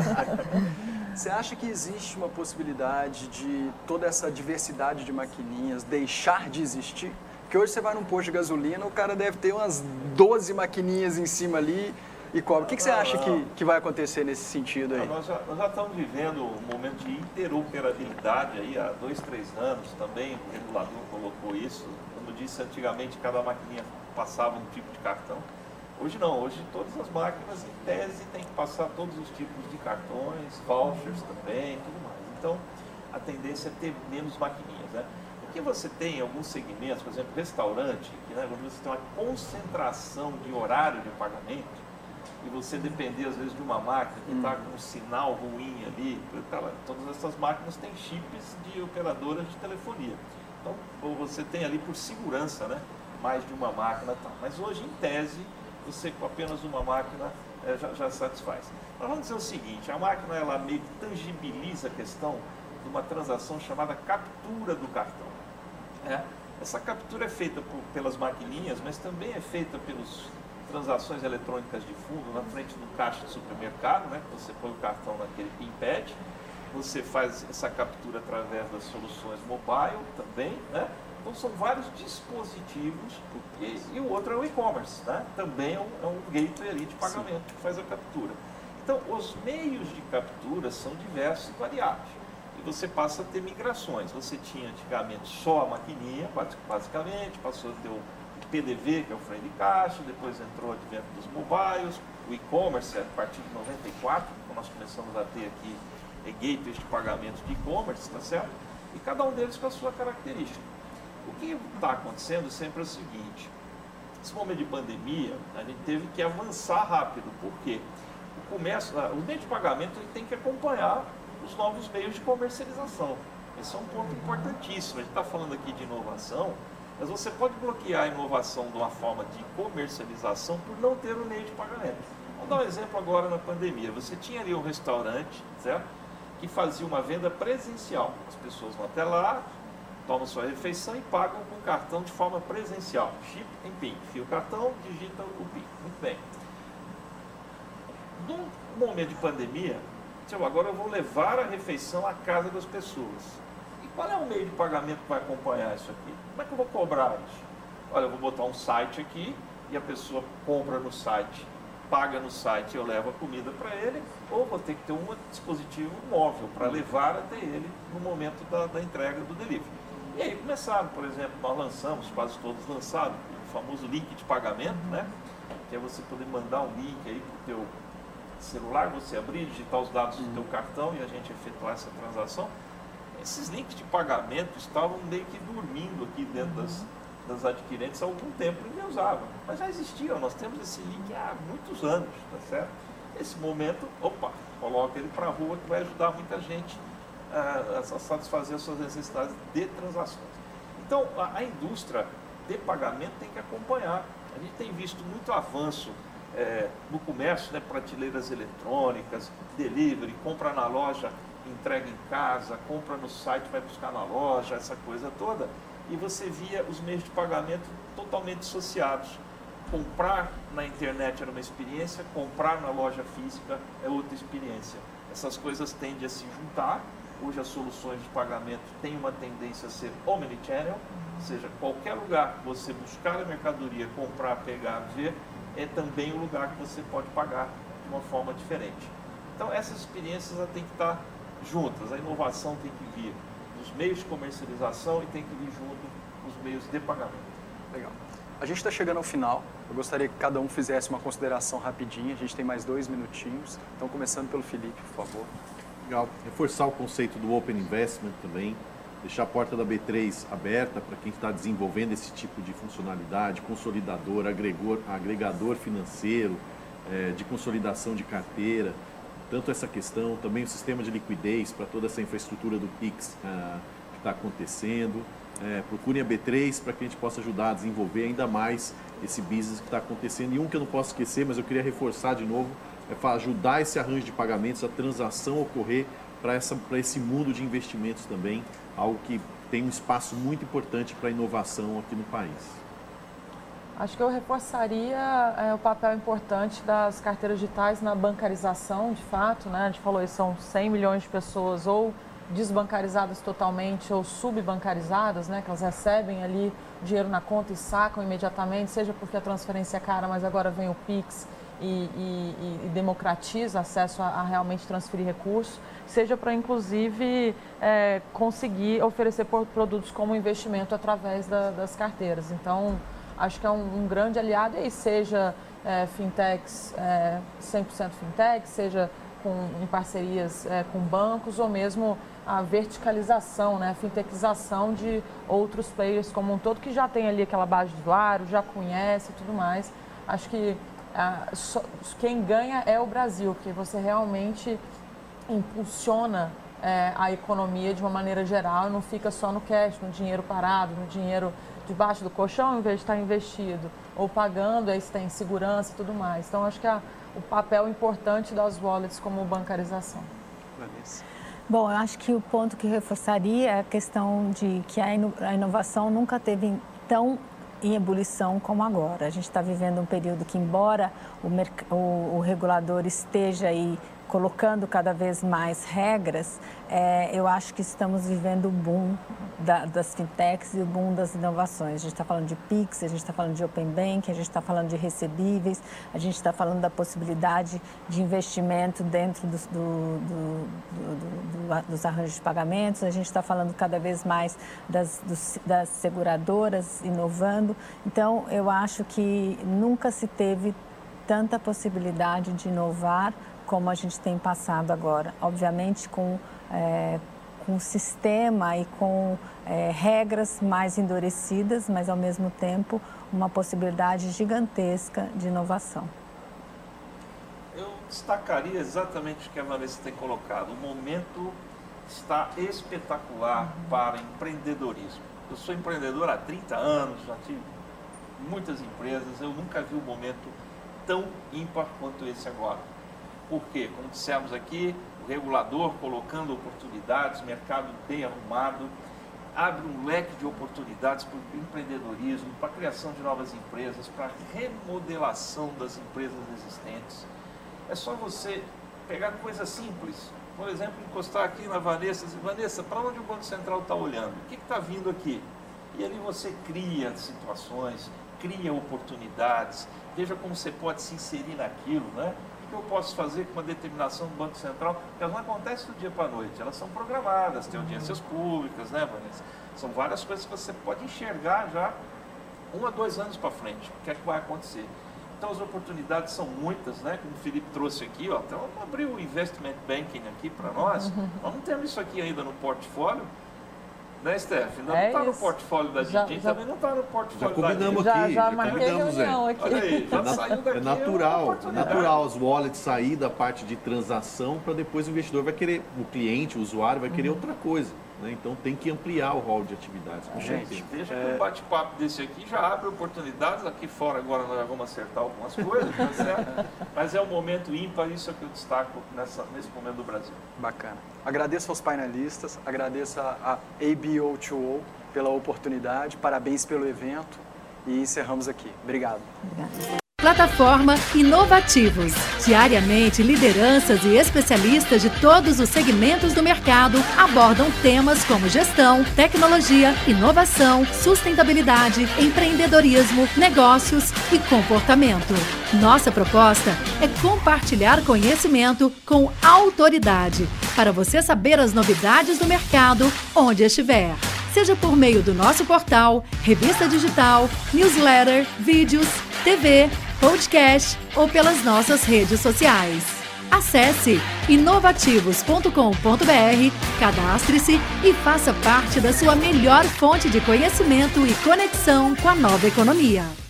Você acha que existe uma possibilidade de toda essa diversidade de maquininhas deixar de existir? Porque hoje você vai num posto de gasolina, o cara deve ter umas doze maquininhas em cima ali e cobra. O que, que você acha que, que vai acontecer nesse sentido aí? Nós já, nós já estamos vivendo um momento de interoperabilidade aí há dois, três anos também, o regulador colocou isso. Como disse, antigamente cada maquininha passava um tipo de cartão. Hoje não, hoje todas as máquinas em tese têm que passar todos os tipos de cartões, vouchers também, tudo mais. Então a tendência é ter menos maquininhas, né? Porque você tem alguns segmentos, por exemplo, restaurante, que, né, quando você tem uma concentração de horário de pagamento, e você depender às vezes de uma máquina que está com um sinal ruim ali, todas essas máquinas têm chips de operadoras de telefonia. Então você tem ali por segurança, né, mais de uma máquina, tá. Mas hoje em tese você com apenas uma máquina é, já, já satisfaz. Mas vamos dizer o seguinte, a máquina ela meio que tangibiliza a questão de uma transação chamada captura do cartão. É. Essa captura é feita por, pelas maquininhas, mas também é feita pelas transações eletrônicas de fundo na frente do caixa de supermercado, né? Você põe o cartão naquele PIN pad, você faz essa captura através das soluções mobile também, né? Então são vários dispositivos e, e o outro é o e-commerce, né? Também é um, é um gateway ali de pagamento Sim. que faz a captura. Então os meios de captura são diversos e variados. E você passa a ter migrações. Você tinha antigamente só a maquininha, basicamente, passou a ter o P D V, que é o freio de caixa, depois entrou o advento dos mobiles, o e-commerce a partir de noventa e quatro, quando nós começamos a ter aqui é, gateways de pagamento de e-commerce, tá certo? E cada um deles com a sua característica. O que está acontecendo sempre é o seguinte, nesse momento de pandemia, a gente teve que avançar rápido, por quê? O comércio, o meio de pagamento ele tem que acompanhar os novos meios de comercialização. Esse é um ponto importantíssimo. A gente está falando aqui de inovação, mas você pode bloquear a inovação de uma forma de comercialização por não ter o meio de pagamento. Vamos dar um exemplo agora na pandemia. Você tinha ali um restaurante, certo? Que fazia uma venda presencial. As pessoas vão até lá, tomam sua refeição e pagam com cartão de forma presencial. Chip em PIN. Enfia o cartão, digita o PIN. Muito bem. Num momento de pandemia, agora eu vou levar a refeição à casa das pessoas. E qual é o meio de pagamento que vai acompanhar isso aqui? Como é que eu vou cobrar isso? Olha, eu vou botar um site aqui e a pessoa compra no site, paga no site e eu levo a comida para ele, ou vou ter que ter um dispositivo móvel para levar até ele no momento da, da entrega do delivery. E aí começaram, por exemplo, nós lançamos, quase todos lançaram, o famoso link de pagamento, né? Que é você poder mandar um link aí para o teu celular, você abrir, digitar os dados do teu cartão e a gente efetuar essa transação. Esses links de pagamento estavam meio que dormindo aqui dentro das, das adquirentes há algum tempo e ninguém usava. Mas já existiam, nós temos esse link há muitos anos, tá certo? Nesse momento, opa, coloca ele para a rua que vai ajudar muita gente a, a satisfazer as suas necessidades de transações. Então, a, a indústria de pagamento tem que acompanhar. A gente tem visto muito avanço É, no comércio, né, prateleiras eletrônicas, delivery, compra na loja, entrega em casa, compra no site, vai buscar na loja, essa coisa toda. E você via os meios de pagamento totalmente dissociados. Comprar na internet era uma experiência, comprar na loja física é outra experiência. Essas coisas tendem a se juntar. Hoje as soluções de pagamento têm uma tendência a ser omnichannel, ou seja, qualquer lugar que você buscar a mercadoria, comprar, pegar, ver, é também um lugar que você pode pagar de uma forma diferente. Então essas experiências têm que estar juntas, a inovação tem que vir dos meios de comercialização e tem que vir junto os meios de pagamento. Legal. A gente está chegando ao final, eu gostaria que cada um fizesse uma consideração rapidinha, a gente tem mais dois minutinhos, então começando pelo Felipe, por favor. Legal, reforçar o conceito do Open Investment também, deixar a porta da B três aberta para quem está desenvolvendo esse tipo de funcionalidade, consolidador, agregador, agregador financeiro, é, de consolidação de carteira, tanto essa questão, também o sistema de liquidez para toda essa infraestrutura do Pix ah, que está acontecendo. É, procurem a B três para que a gente possa ajudar a desenvolver ainda mais esse business que está acontecendo. E um que eu não posso esquecer, mas eu queria reforçar de novo, é ajudar esse arranjo de pagamentos, a transação ocorrer para esse mundo de investimentos também, algo que tem um espaço muito importante para a inovação aqui no país. Acho que eu reforçaria é, o papel importante das carteiras digitais na bancarização, de fato, né? A gente falou isso, são cem milhões de pessoas ou desbancarizadas totalmente ou subbancarizadas, né? Que elas recebem ali dinheiro na conta e sacam imediatamente, seja porque a transferência é cara, mas agora vem o Pix e, e, e democratiza o acesso a, a realmente transferir recursos, seja para, inclusive, é, conseguir oferecer produtos como investimento através da, das carteiras. Então, acho que é um, um grande aliado, e aí seja é, fintechs, é, cem por cento fintech, seja com, em parcerias é, com bancos, ou mesmo a verticalização, né, a fintechização de outros players como um todo, que já tem ali aquela base de usuário, já conhece e tudo mais. Acho que ah, só, quem ganha é o Brasil, porque você realmente impulsiona é, a economia de uma maneira geral, e não fica só no cash, no dinheiro parado, no dinheiro debaixo do colchão, em vez de estar investido, ou pagando, aí você tem segurança e tudo mais. Então, acho que a, o papel importante das wallets como bancarização. Vanessa. Bom, eu acho que o ponto que reforçaria é a questão de que a inovação nunca teve tão em ebulição como agora. A gente está vivendo um período que, embora o, o, o regulador esteja aí colocando cada vez mais regras, é, eu acho que estamos vivendo o boom da, das fintechs e o boom das inovações. A gente está falando de Pix, a gente está falando de Open Banking, a gente está falando de recebíveis, a gente está falando da possibilidade de investimento dentro dos, do, do, do, do, dos arranjos de pagamentos, a gente está falando cada vez mais das, dos, das seguradoras inovando. Então, eu acho que nunca se teve tanta possibilidade de inovar como a gente tem passado agora. Obviamente com, é, com sistema e com é, regras mais endurecidas, mas ao mesmo tempo uma possibilidade gigantesca de inovação. Eu destacaria exatamente o que a Vanessa tem colocado. O momento está espetacular para empreendedorismo. Eu sou empreendedor há trinta anos, já tive muitas empresas, eu nunca vi um momento tão ímpar quanto esse agora. Por quê? Como dissemos aqui, o regulador colocando oportunidades, mercado bem arrumado, abre um leque de oportunidades para o empreendedorismo, para a criação de novas empresas, para a remodelação das empresas existentes. É só você pegar coisas simples, por exemplo, encostar aqui na Vanessa e dizer, Vanessa, para onde o Banco Central está olhando? O que está vindo aqui? E ali você cria situações, cria oportunidades, veja como você pode se inserir naquilo, né? Que eu posso fazer com uma determinação do Banco Central, que elas não acontecem do dia para a noite, elas são programadas, tem audiências públicas, né, Vanessa? São várias coisas que você pode enxergar já um a dois anos para frente, o que é que vai acontecer. Então as oportunidades são muitas, né, como o Felipe trouxe aqui, ó, então abriu o Investment Banking aqui para nós, nós não temos isso aqui ainda no portfólio, né, Steph? Ainda é não está no portfólio da Dindin, também não está no portfólio já combinamos da aqui, já, já, já marquei combinamos, reunião aqui. Olha aí, já saiu daqui. É natural, é é natural as wallets sair da parte de transação para depois o investidor vai querer, o cliente, o usuário vai querer uhum. outra coisa. Né? Então tem que ampliar o rol de atividades. Gente, veja que um bate-papo desse aqui já abre oportunidades. Aqui fora agora nós já vamos acertar algumas coisas, tá certo? Mas é um momento ímpar, isso é o que eu destaco nessa, nesse momento do Brasil. Bacana. Agradeço aos painelistas, agradeço a, a A B O dois O pela oportunidade, parabéns pelo evento e encerramos aqui. Obrigado. Obrigada. Plataforma Inovativos. Diariamente, lideranças e especialistas de todos os segmentos do mercado abordam temas como gestão, tecnologia, inovação, sustentabilidade, empreendedorismo, negócios e comportamento. Nossa proposta é compartilhar conhecimento com autoridade, para você saber as novidades do mercado onde estiver. Seja por meio do nosso portal, revista digital, newsletter, vídeos, T V, podcast ou pelas nossas redes sociais. Acesse inovativos ponto com ponto br, cadastre-se e faça parte da sua melhor fonte de conhecimento e conexão com a nova economia.